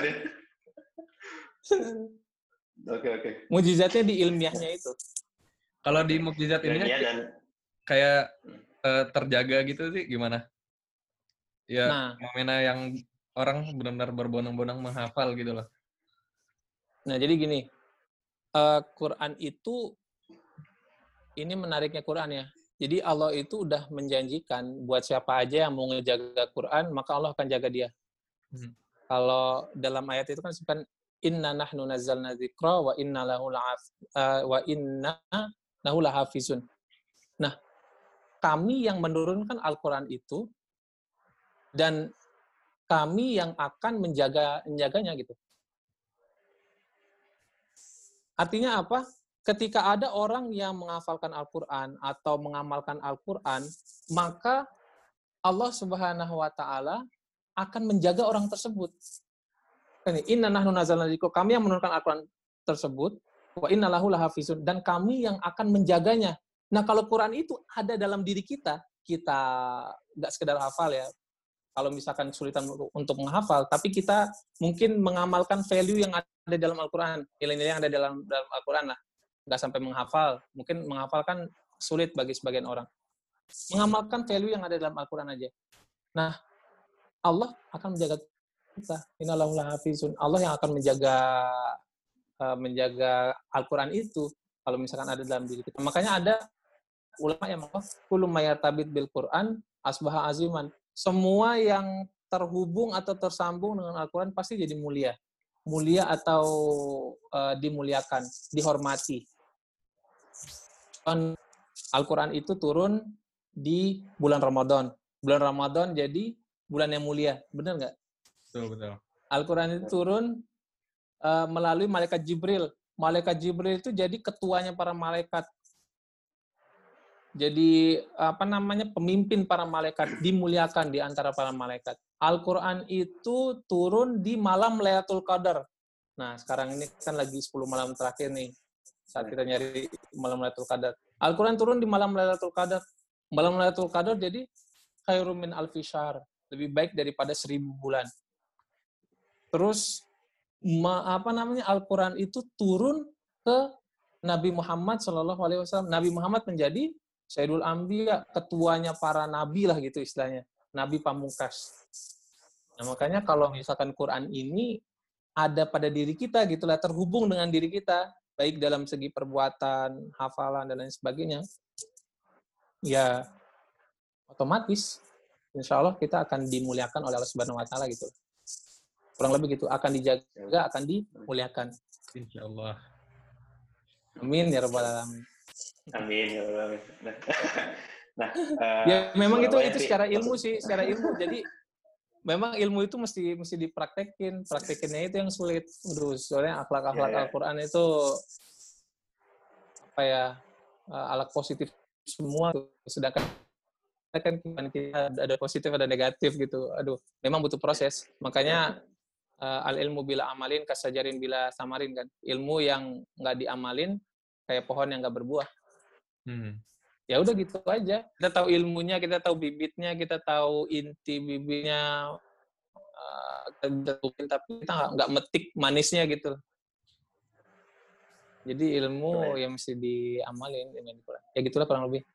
Oke oke. Mujizatnya di ilmiahnya itu. Kalau di mukjizat ini dan... kayak uh, terjaga gitu sih gimana? Ya, nah, fenomena yang orang benar-benar berbondong-bondong menghafal gitu loh. Nah, jadi gini, uh, Quran itu, ini menariknya Quran ya. Jadi Allah itu udah menjanjikan buat siapa aja yang mau ngejaga Quran, maka Allah akan jaga dia. Hmm. Kalau dalam ayat itu kan disebutkan, inna nahnu nazzalna dzikra wa inna lahu la'af uh, wa inna lahu lahafizun. Nah, kami yang menurunkan Al-Quran itu dan kami yang akan menjaga menjaganya gitu. Artinya apa? Ketika ada orang yang menghafalkan Al-Quran atau mengamalkan Al-Quran, maka Allah Subhanahu wa taala akan menjaga orang tersebut. Inna nahnu nazzalna dzikra, kami yang menurunkan Al-Quran tersebut, wa inna lahu lahafizun, dan kami yang akan menjaganya. Nah, kalau Quran itu ada dalam diri kita, kita nggak sekedar hafal ya. Kalau misalkan kesulitan untuk menghafal, tapi kita mungkin mengamalkan value yang ada dalam Al-Quran, nilai-nilai yang ada dalam dalam Al-Quran lah. Nggak sampai menghafal, mungkin menghafalkan sulit bagi sebagian orang. Mengamalkan value yang ada dalam Al-Quran aja. Nah, Allah akan menjaga kita. Innallahu lahafizun. Allah yang akan menjaga uh, menjaga Al-Quran itu kalau misalkan ada dalam diri kita. Makanya ada ulama yang mengatakan kullu mayatabit bil Quran asbaha aziman. Semua yang terhubung atau tersambung dengan Al-Quran pasti jadi mulia. Mulia atau uh, dimuliakan, dihormati. Al-Quran itu turun di bulan Ramadan. Bulan Ramadan jadi bulan yang mulia. Benar nggak? Betul, betul. Al-Quran itu turun uh, melalui malaikat Jibril. Malaikat Jibril itu jadi ketuanya para malaikat. Jadi apa namanya pemimpin para malaikat, dimuliakan di antara para malaikat. Al-Quran itu turun di malam Lailatul Qadar. Nah, sekarang ini kan lagi sepuluh malam terakhir nih, saat kita nyari malam Lailatul Qadar. Al-Quran turun di malam Lailatul Qadar. Malam Lailatul Qadar jadi khairum min alfi syahr, lebih baik daripada seribu bulan. Terus ma, apa namanya Al-Quran itu turun ke Nabi Muhammad shallallahu alaihi wasallam. Nabi Muhammad menjadi Sayyidul Anbiya, ketuanya para nabi lah gitu istilahnya. Nabi pamungkas. Nah, makanya kalau misalkan Quran ini ada pada diri kita gitulah, terhubung dengan diri kita, baik dalam segi perbuatan, hafalan dan lain sebagainya, ya otomatis insya Allah kita akan dimuliakan oleh Allah Subhanahu Wa Taala gitu. Kurang lebih gitu, akan dijaga, akan dimuliakan. Insya Allah. Amin ya rabbal alamin. Amin ya Allah. Nah, uh, ya memang itu itu sih, secara ilmu sih, secara ilmu. Jadi memang ilmu itu mesti mesti dipraktekin, praktekinnya itu yang sulit. Aduh, soalnya akhlak-akhlak ya, ya. Al-Qur'an itu apa ya? Akhlak positif semua tuh. Sedangkan kan kita ada positif ada negatif gitu. Aduh, memang butuh proses. Makanya uh, al ilmu bila amalin kasajarin bila samarin kan. Ilmu yang nggak diamalin kayak pohon yang nggak berbuah. Hmm. Ya udah gitu aja. Kita tahu ilmunya, kita tahu bibitnya, kita tahu inti bibitnya, uh, tapi kita nggak metik manisnya gitu. Jadi ilmu yang mesti diamalin, ya gitulah kurang lebih.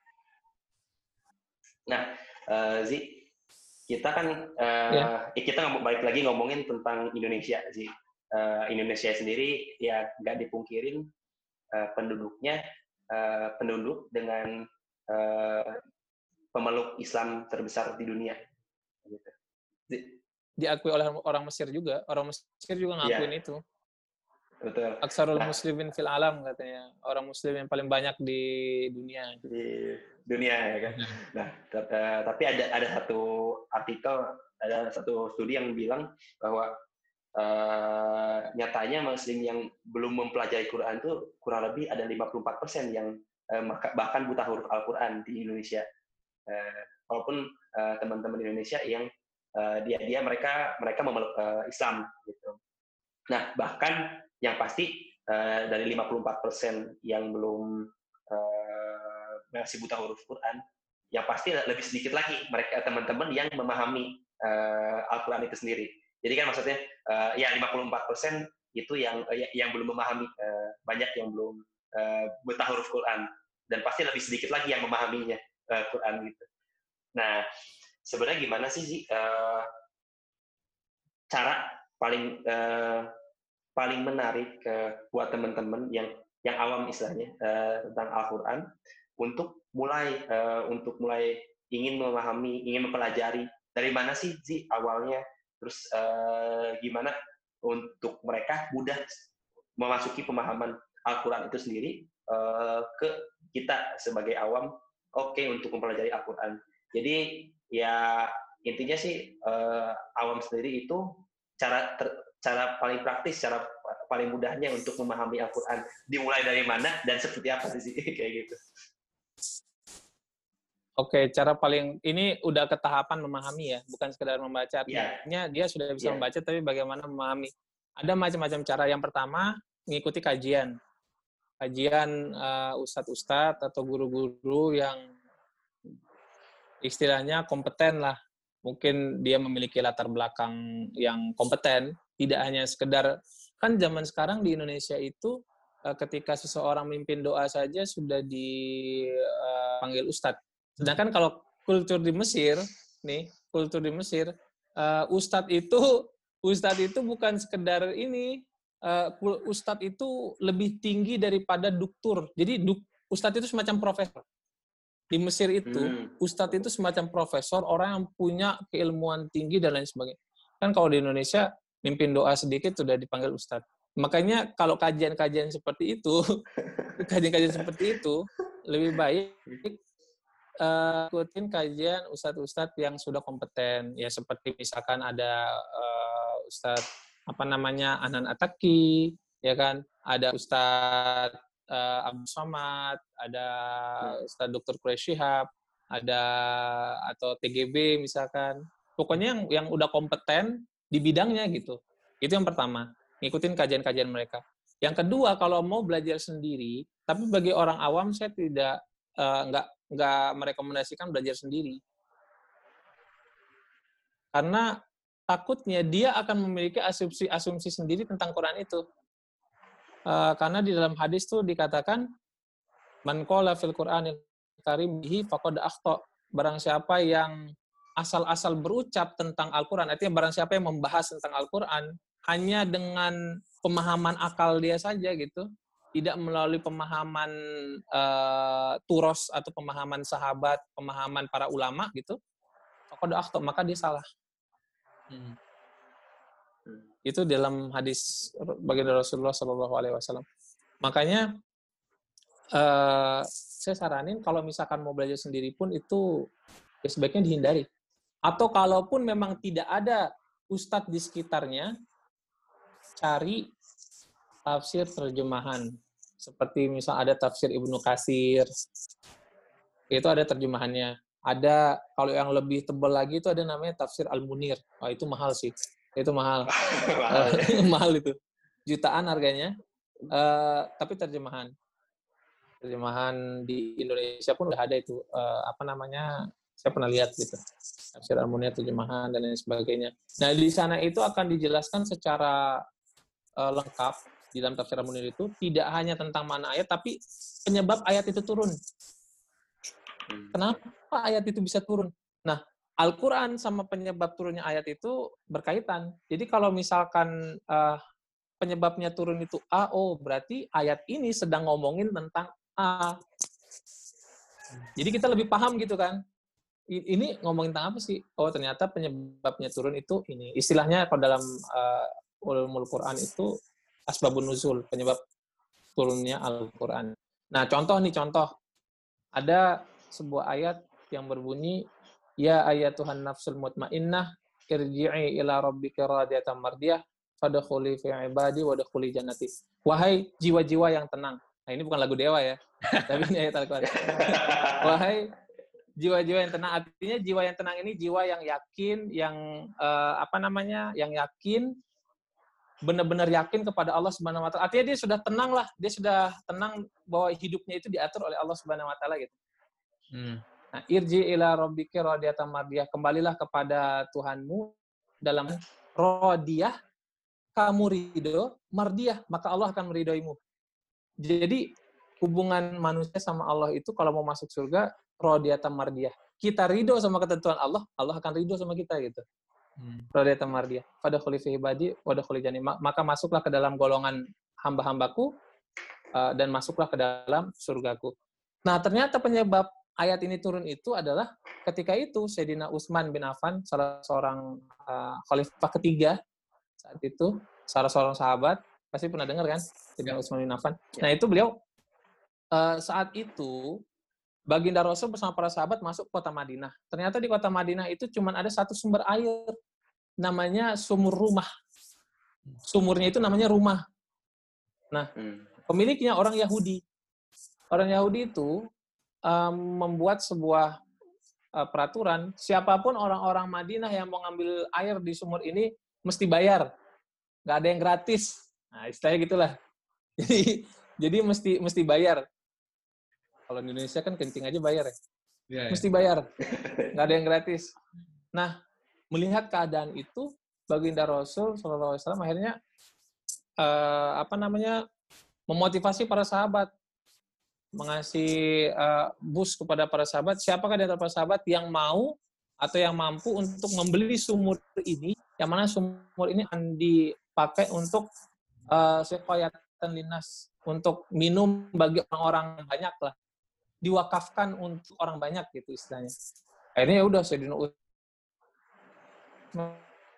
Nah, uh, Zi, kita kan uh, ya. Eh, kita balik lagi ngomongin tentang Indonesia, Zi. Uh, Indonesia sendiri ya nggak dipungkirin uh, penduduknya uh, penduduk dengan Uh, pemeluk Islam terbesar di dunia. Gitu. Di, diakui oleh orang Mesir juga. Orang Mesir juga ngakuin yeah. itu. Betul. Aksarul nah, muslimin fil alam katanya. Orang Muslim yang paling banyak di dunia. Di dunia ya kan. Nah, tapi ada ada satu artikel, ada satu studi yang bilang bahwa uh, nyatanya Muslim yang belum mempelajari Quran itu kurang lebih ada lima puluh empat persen yang bahkan buta huruf Al-Quran di Indonesia. Uh, walaupun uh, teman-teman Indonesia yang uh, dia dia mereka mereka memeluk uh, Islam gitu. Nah, bahkan yang pasti uh, dari lima puluh empat persen yang belum uh, masih buta huruf Quran, yang pasti lebih sedikit lagi mereka teman-teman yang memahami uh, Al-Quran itu sendiri. Jadi kan maksudnya uh, ya lima puluh empat persen itu yang uh, yang belum memahami, uh, banyak yang belum uh, buta huruf Quran. Dan pasti lebih sedikit lagi yang memahaminya uh, Quran gitu. Nah, sebenarnya gimana sih uh, cara paling uh, paling menarik uh, buat teman-teman yang yang awam istilahnya uh, tentang Al-Quran untuk mulai uh, untuk mulai ingin memahami, ingin mempelajari dari mana sih Zi awalnya, terus uh, gimana untuk mereka mudah memasuki pemahaman Al-Quran itu sendiri uh, ke kita sebagai awam, oke okay, untuk mempelajari Al-Quran. Jadi ya intinya sih uh, awam sendiri itu cara ter, cara paling praktis, cara paling mudahnya untuk memahami Al-Quran. Dimulai dari mana dan seperti apa sih kayak gitu. Oke, okay, cara paling ini udah ke tahapan memahami ya, bukan sekedar membaca. Artinya yeah. dia sudah bisa yeah. membaca, tapi bagaimana memahami. Ada macam-macam cara. Yang pertama mengikuti kajian. kajian uh, ustadz-ustadz atau guru-guru yang istilahnya kompeten lah. Mungkin dia memiliki latar belakang yang kompeten, tidak hanya sekedar, kan zaman sekarang di Indonesia itu uh, ketika seseorang memimpin doa saja sudah dipanggil uh, ustadz. Sedangkan kalau kultur di Mesir, nih, kultur di Mesir, uh, Ustadz itu Ustadz itu bukan sekedar ini, uh, Ustadz itu lebih tinggi daripada doktur. Jadi duk, Ustadz itu semacam profesor. Di Mesir itu, hmm. Ustadz itu semacam profesor, orang yang punya keilmuan tinggi dan lain sebagainya. Kan kalau di Indonesia, mimpin doa sedikit sudah dipanggil Ustadz. Makanya kalau kajian-kajian seperti itu, kajian-kajian seperti itu, lebih baik uh, ikutin kajian Ustadz-Ustadz yang sudah kompeten. Ya seperti misalkan ada uh, Ustadz, apa namanya, Hanan Attaqi, ya kan, ada Ustadz Uh, Abdul Somad, ada Ustadz Doktor Quraish Shihab, ada atau T G B misalkan. Pokoknya yang yang udah kompeten di bidangnya gitu. Itu yang pertama, ngikutin kajian-kajian mereka. Yang kedua, kalau mau belajar sendiri, tapi bagi orang awam saya tidak uh, nggak nggak merekomendasikan belajar sendiri. Karena takutnya dia akan memiliki asumsi-asumsi sendiri tentang Quran itu. Uh, karena di dalam hadis tuh dikatakan man qala fil Qur'anil karim bihi faqad akhta. Barang siapa yang asal-asal berucap tentang Al-Qur'an, artinya barang siapa yang membahas tentang Al-Qur'an hanya dengan pemahaman akal dia saja gitu, tidak melalui pemahaman uh, turos atau pemahaman sahabat, pemahaman para ulama gitu, faqad akhta, maka dia salah. Hmm. Itu dalam hadis baginda Rasulullah Shallallahu Alaihi Wasallam. Makanya uh, saya saranin kalau misalkan mau belajar sendiri pun itu ya sebaiknya dihindari. Atau kalaupun memang tidak ada ustadz di sekitarnya, cari tafsir terjemahan. Seperti misal ada tafsir Ibnu Katsir, itu ada terjemahannya. Ada kalau yang lebih tebal lagi itu ada namanya tafsir Al-Munir. Wah, itu mahal sih. Itu mahal. mahal, ya. Mahal itu. Jutaan harganya. Uh, tapi terjemahan. Terjemahan di Indonesia pun udah ada itu. Uh, apa namanya? Saya pernah lihat gitu. Tafsir Al-Munir, terjemahan, dan lain sebagainya. Nah, di sana itu akan dijelaskan secara uh, lengkap di dalam tafsir Al-Munir itu. Tidak hanya tentang mana ayat, tapi penyebab ayat itu turun. Kenapa ayat itu bisa turun? Nah, Al-Quran sama penyebab turunnya ayat itu berkaitan. Jadi kalau misalkan uh, penyebabnya turun itu A, oh berarti ayat ini sedang ngomongin tentang A. Jadi kita lebih paham gitu kan. Ini ngomongin tentang apa sih? Oh ternyata penyebabnya turun itu ini. Istilahnya kalau dalam uh, ulumul Quran itu asbabun nuzul, penyebab turunnya Al-Quran. Nah contoh nih, contoh. Ada sebuah ayat yang berbunyi ya ayatuhan nafsul mutmainnah irji'i ila rabbika radiyatan mardiyah fadkhuli fi ibadi wadkhuli jannati. Wahai jiwa-jiwa yang tenang. Nah, ini bukan lagu Dewa ya. Tapi ini ayat Al-Qur'an. Wahai jiwa-jiwa yang tenang, artinya jiwa yang tenang ini jiwa yang yakin, yang uh, apa namanya? yang yakin, benar-benar yakin kepada Allah Subhanahu wa taala. Artinya dia sudah tenang lah, dia sudah tenang bahwa hidupnya itu diatur oleh Allah Subhanahu wa taala gitu. Hmm. Nah, irji ila rabbika radiyatan mardiyah, kembalilah kepada Tuhanmu dalam radiyah, kamu ridho, mardiyah, maka Allah akan meridhoimu. Jadi hubungan manusia sama Allah itu kalau mau masuk surga radiyatan mardiyah. Kita ridho sama ketentuan Allah, Allah akan ridho sama kita gitu. Hmm. Radiyatan mardiyah. Fadkhuli fi ibadi wadkhuli jannati. Maka masuklah ke dalam golongan hamba-hambaku uh, dan masuklah ke dalam surgaku. Nah, ternyata penyebab ayat ini turun itu adalah ketika itu Sayyidina Utsman bin Affan, salah seorang uh, khalifah ketiga saat itu, salah seorang sahabat, pasti pernah dengar kan, Sayyidina Utsman bin Affan. Nah itu beliau uh, saat itu baginda Rasul bersama para sahabat masuk kota Madinah. Ternyata di kota Madinah itu cuma ada satu sumber air, namanya sumur rumah. Sumurnya itu namanya rumah. Nah pemiliknya orang Yahudi. Orang Yahudi itu Um, membuat sebuah uh, peraturan, siapapun orang-orang Madinah yang mau ngambil air di sumur ini mesti bayar, nggak ada yang gratis. Nah istilahnya gitulah. Jadi jadi mesti mesti bayar. Kalau di Indonesia kan kencing aja bayar ya. Ya, ya. Mesti bayar, nggak ada yang gratis. Nah melihat keadaan itu, baginda Rasul Shallallahu Alaihi Wasallam akhirnya uh, apa namanya memotivasi para sahabat, mengasih uh, bus kepada para sahabat, siapakah di antara para sahabat yang mau atau yang mampu untuk membeli sumur ini, yang mana sumur ini akan dipakai untuk uh, seqayatan linnas, untuk minum bagi orang-orang banyak lah, diwakafkan untuk orang banyak gitu istilahnya. Akhirnya ya udah Sayyidina Utsman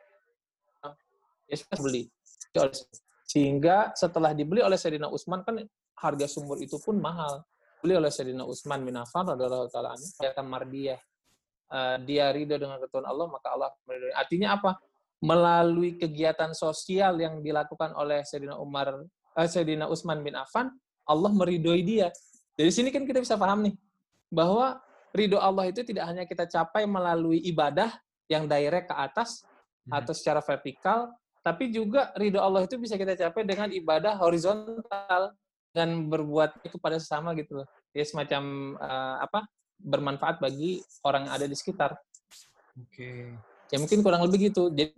ya beli, sehingga setelah dibeli oleh Sayyidina Utsman kan harga sumur itu pun mahal, beli oleh Sayyidina Utsman bin Affan radhiyallahu taala anhu, ayat mardiyah. Uh, dia ridho dengan ketentuan Allah, maka Allah meridhoi. Artinya apa? Melalui kegiatan sosial yang dilakukan oleh Sayyidina Umar, uh, Sayyidina Utsman bin Affan, Allah meridhoi dia. Dari sini kan kita bisa paham nih, bahwa ridho Allah itu tidak hanya kita capai melalui ibadah yang direct ke atas hmm. atau secara vertikal, tapi juga ridho Allah itu bisa kita capai dengan ibadah horizontal dan berbuat itu pada sesama gitu loh. Ya semacam uh, apa? bermanfaat bagi orang yang ada di sekitar. Oke. Okay. Ya mungkin kurang lebih gitu. Jadi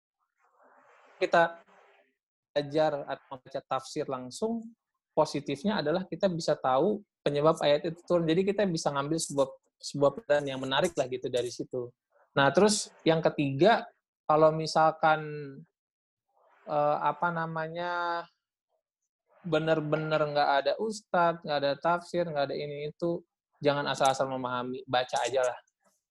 kita belajar atau membaca tafsir langsung, positifnya adalah kita bisa tahu penyebab ayat itu turun. Jadi kita bisa ngambil sebuah sebuah pelajaran yang menarik lah gitu dari situ. Nah terus yang ketiga, kalau misalkan eh, apa namanya benar-benar nggak ada ustadz, nggak ada tafsir, nggak ada ini itu, jangan asal-asal memahami, baca aja lah.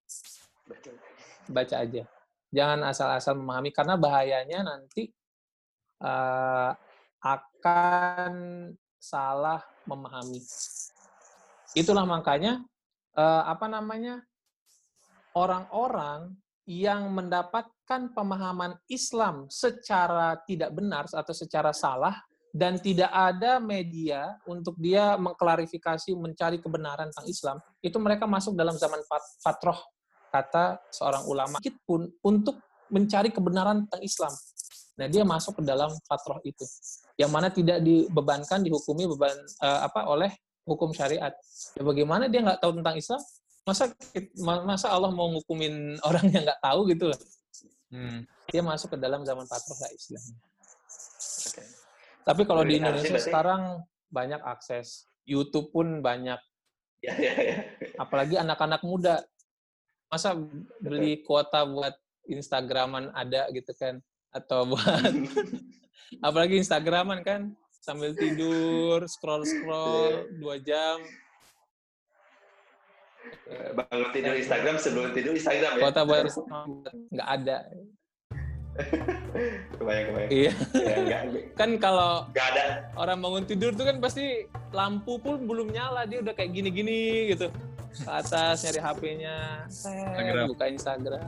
Baca aja. Jangan asal-asal memahami, karena bahayanya nanti uh, akan salah memahami. Itulah makanya, uh, apa namanya, orang-orang yang mendapatkan pemahaman Islam secara tidak benar atau secara salah, dan tidak ada media untuk dia mengklarifikasi, mencari kebenaran tentang Islam, itu mereka masuk dalam zaman fatroh, kata seorang ulama pun, untuk mencari kebenaran tentang Islam. Nah, dia masuk ke dalam fatroh itu, yang mana tidak dibebankan, dihukumi beban uh, apa oleh hukum syariat. Ya bagaimana dia nggak tahu tentang Islam? Masa masa Allah mau ngukumin orang yang nggak tahu gitu loh? Hmm. Dia masuk ke dalam zaman fatroh lah istilahnya. Okay. Tapi kalau di Indonesia berarti sekarang banyak akses, YouTube pun banyak. Ya, ya, ya. Apalagi anak-anak muda. Masa beli kuota buat Instagraman ada gitu kan? Atau buat, apalagi Instagraman kan, sambil tidur, scroll-scroll, dua jam. Bangun tidur Instagram, sebelum tidur Instagram ya? Kuota buat Instagram nggak ada. kebayang kebayang iya ya, enggak, kan kalau enggak ada orang bangun tidur tuh kan pasti lampu pun belum nyala, dia udah kayak gini-gini gitu ke atas nyari H P-nya, saya buka Instagram.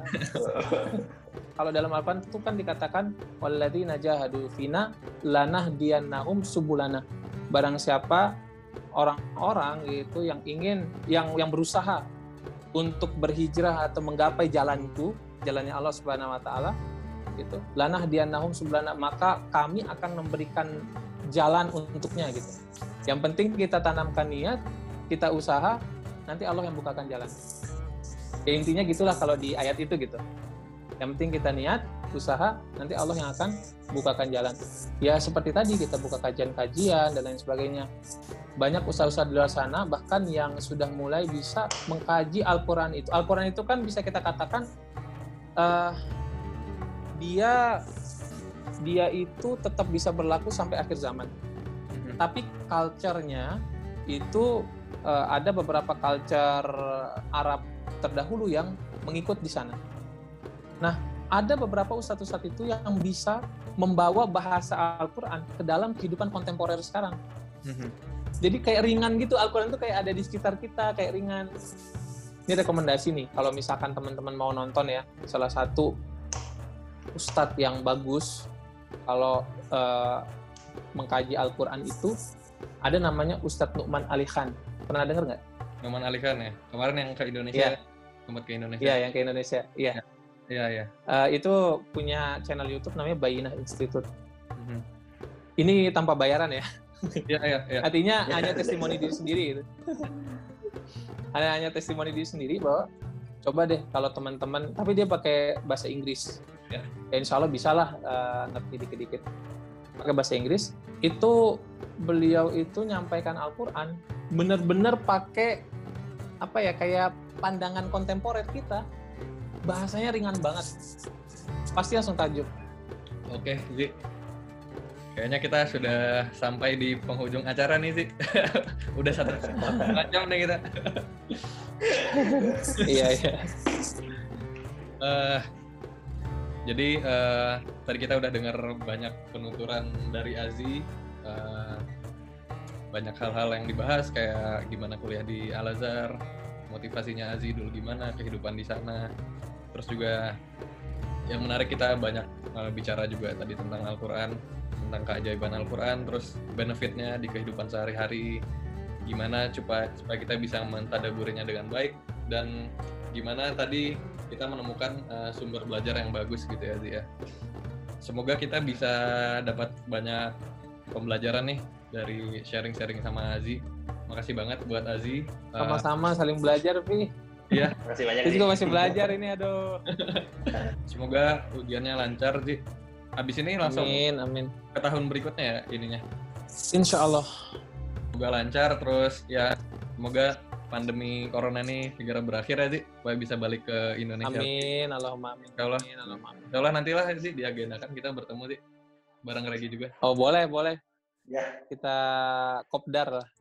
Kalau dalam Al-Quran itu kan dikatakan walladzina jahadu fina lanahdiyannahum subulana, barang siapa orang-orang gitu yang ingin yang yang berusaha untuk berhijrah atau menggapai jalanku, jalannya Allah Subhanahu wa taala, gitu. Lanah diannahum sublana, maka kami akan memberikan jalan untuknya gitu. Yang penting kita tanamkan niat, kita usaha, nanti Allah yang bukakan jalan. Ya intinya gitulah kalau di ayat itu gitu. Yang penting kita niat, usaha, nanti Allah yang akan bukakan jalan. Ya seperti tadi kita buka kajian-kajian dan lain sebagainya. Banyak usaha-usaha di luar sana bahkan yang sudah mulai bisa mengkaji Al-Quran itu. Al-Quran itu kan bisa kita katakan uh, dia dia itu tetap bisa berlaku sampai akhir zaman. Mm-hmm. Tapi culture-nya itu uh, ada beberapa culture Arab terdahulu yang mengikut di sana. Nah, ada beberapa ustadz-ustadz itu yang bisa membawa bahasa Al-Quran ke dalam kehidupan kontemporer sekarang. Mm-hmm. Jadi kayak ringan gitu, Al-Quran itu kayak ada di sekitar kita, kayak ringan. Ini rekomendasi nih, kalau misalkan teman-teman mau nonton ya, salah satu ustadz yang bagus kalau uh, mengkaji Al-Quran itu ada namanya Ustadz Nu'man Ali Khan. Pernah dengar nggak? Nu'man Ali Khan ya? Kemarin yang ke Indonesia, sempat ke Indonesia. Iya, yang ke Indonesia. Iya. Iya, iya. Uh, itu punya channel YouTube namanya Bayinah Institute. Mm-hmm. Ini tanpa bayaran ya. Iya, iya, iya. Artinya hanya testimoni diri sendiri gitu. hanya hanya testimoni diri sendiri bahwa coba deh kalau teman-teman, tapi dia pakai bahasa Inggris. Ya, ya insya Allah bisalah uh, ngerti dikit-dikit. Pakai bahasa Inggris, itu beliau itu nyampaikan Al-Quran benar-benar pakai apa ya, kayak pandangan kontemporer kita. bahasanya ringan banget. Pasti langsung tajuk. Oke, Zi. Kayaknya kita sudah sampai di penghujung acara nih, Zi. Udah satu setengah jam nih kita. Iya, iya. Uh, jadi uh, tadi kita udah dengar banyak penuturan dari Azi. Uh, banyak hal-hal yang dibahas kayak gimana kuliah di Al-Azhar, motivasinya Azi dulu gimana, kehidupan di sana. Terus juga yang menarik kita banyak uh, bicara juga tadi tentang Al-Quran, tentang keajaiban Al-Quran, terus benefitnya di kehidupan sehari-hari, gimana supaya, supaya kita bisa mentadaburinya dengan baik, dan gimana tadi kita menemukan uh, sumber belajar yang bagus gitu ya Azi ya. Semoga kita bisa dapat banyak pembelajaran nih dari sharing-sharing sama Azi. Makasih banget buat Azi. Sama-sama saling belajar, Pi. Iya. Makasih banyak. Kita juga masih belajar ini, aduh. Semoga ujiannya lancar, Ji. Habis ini langsung amin, amin. ke tahun berikutnya ya ininya. Insya Allah. Semoga lancar, terus ya semoga pandemi corona ini segera berakhir ya, Ji. Supaya bisa balik ke Indonesia. Amin, Allahumma amin. Insya Allah. Amin, Allahumma amin. Insya Allah nantilah Ji diagendakan kita bertemu, Ji. Bareng Regi juga. Oh boleh, boleh. Ya. Kita kopdar lah.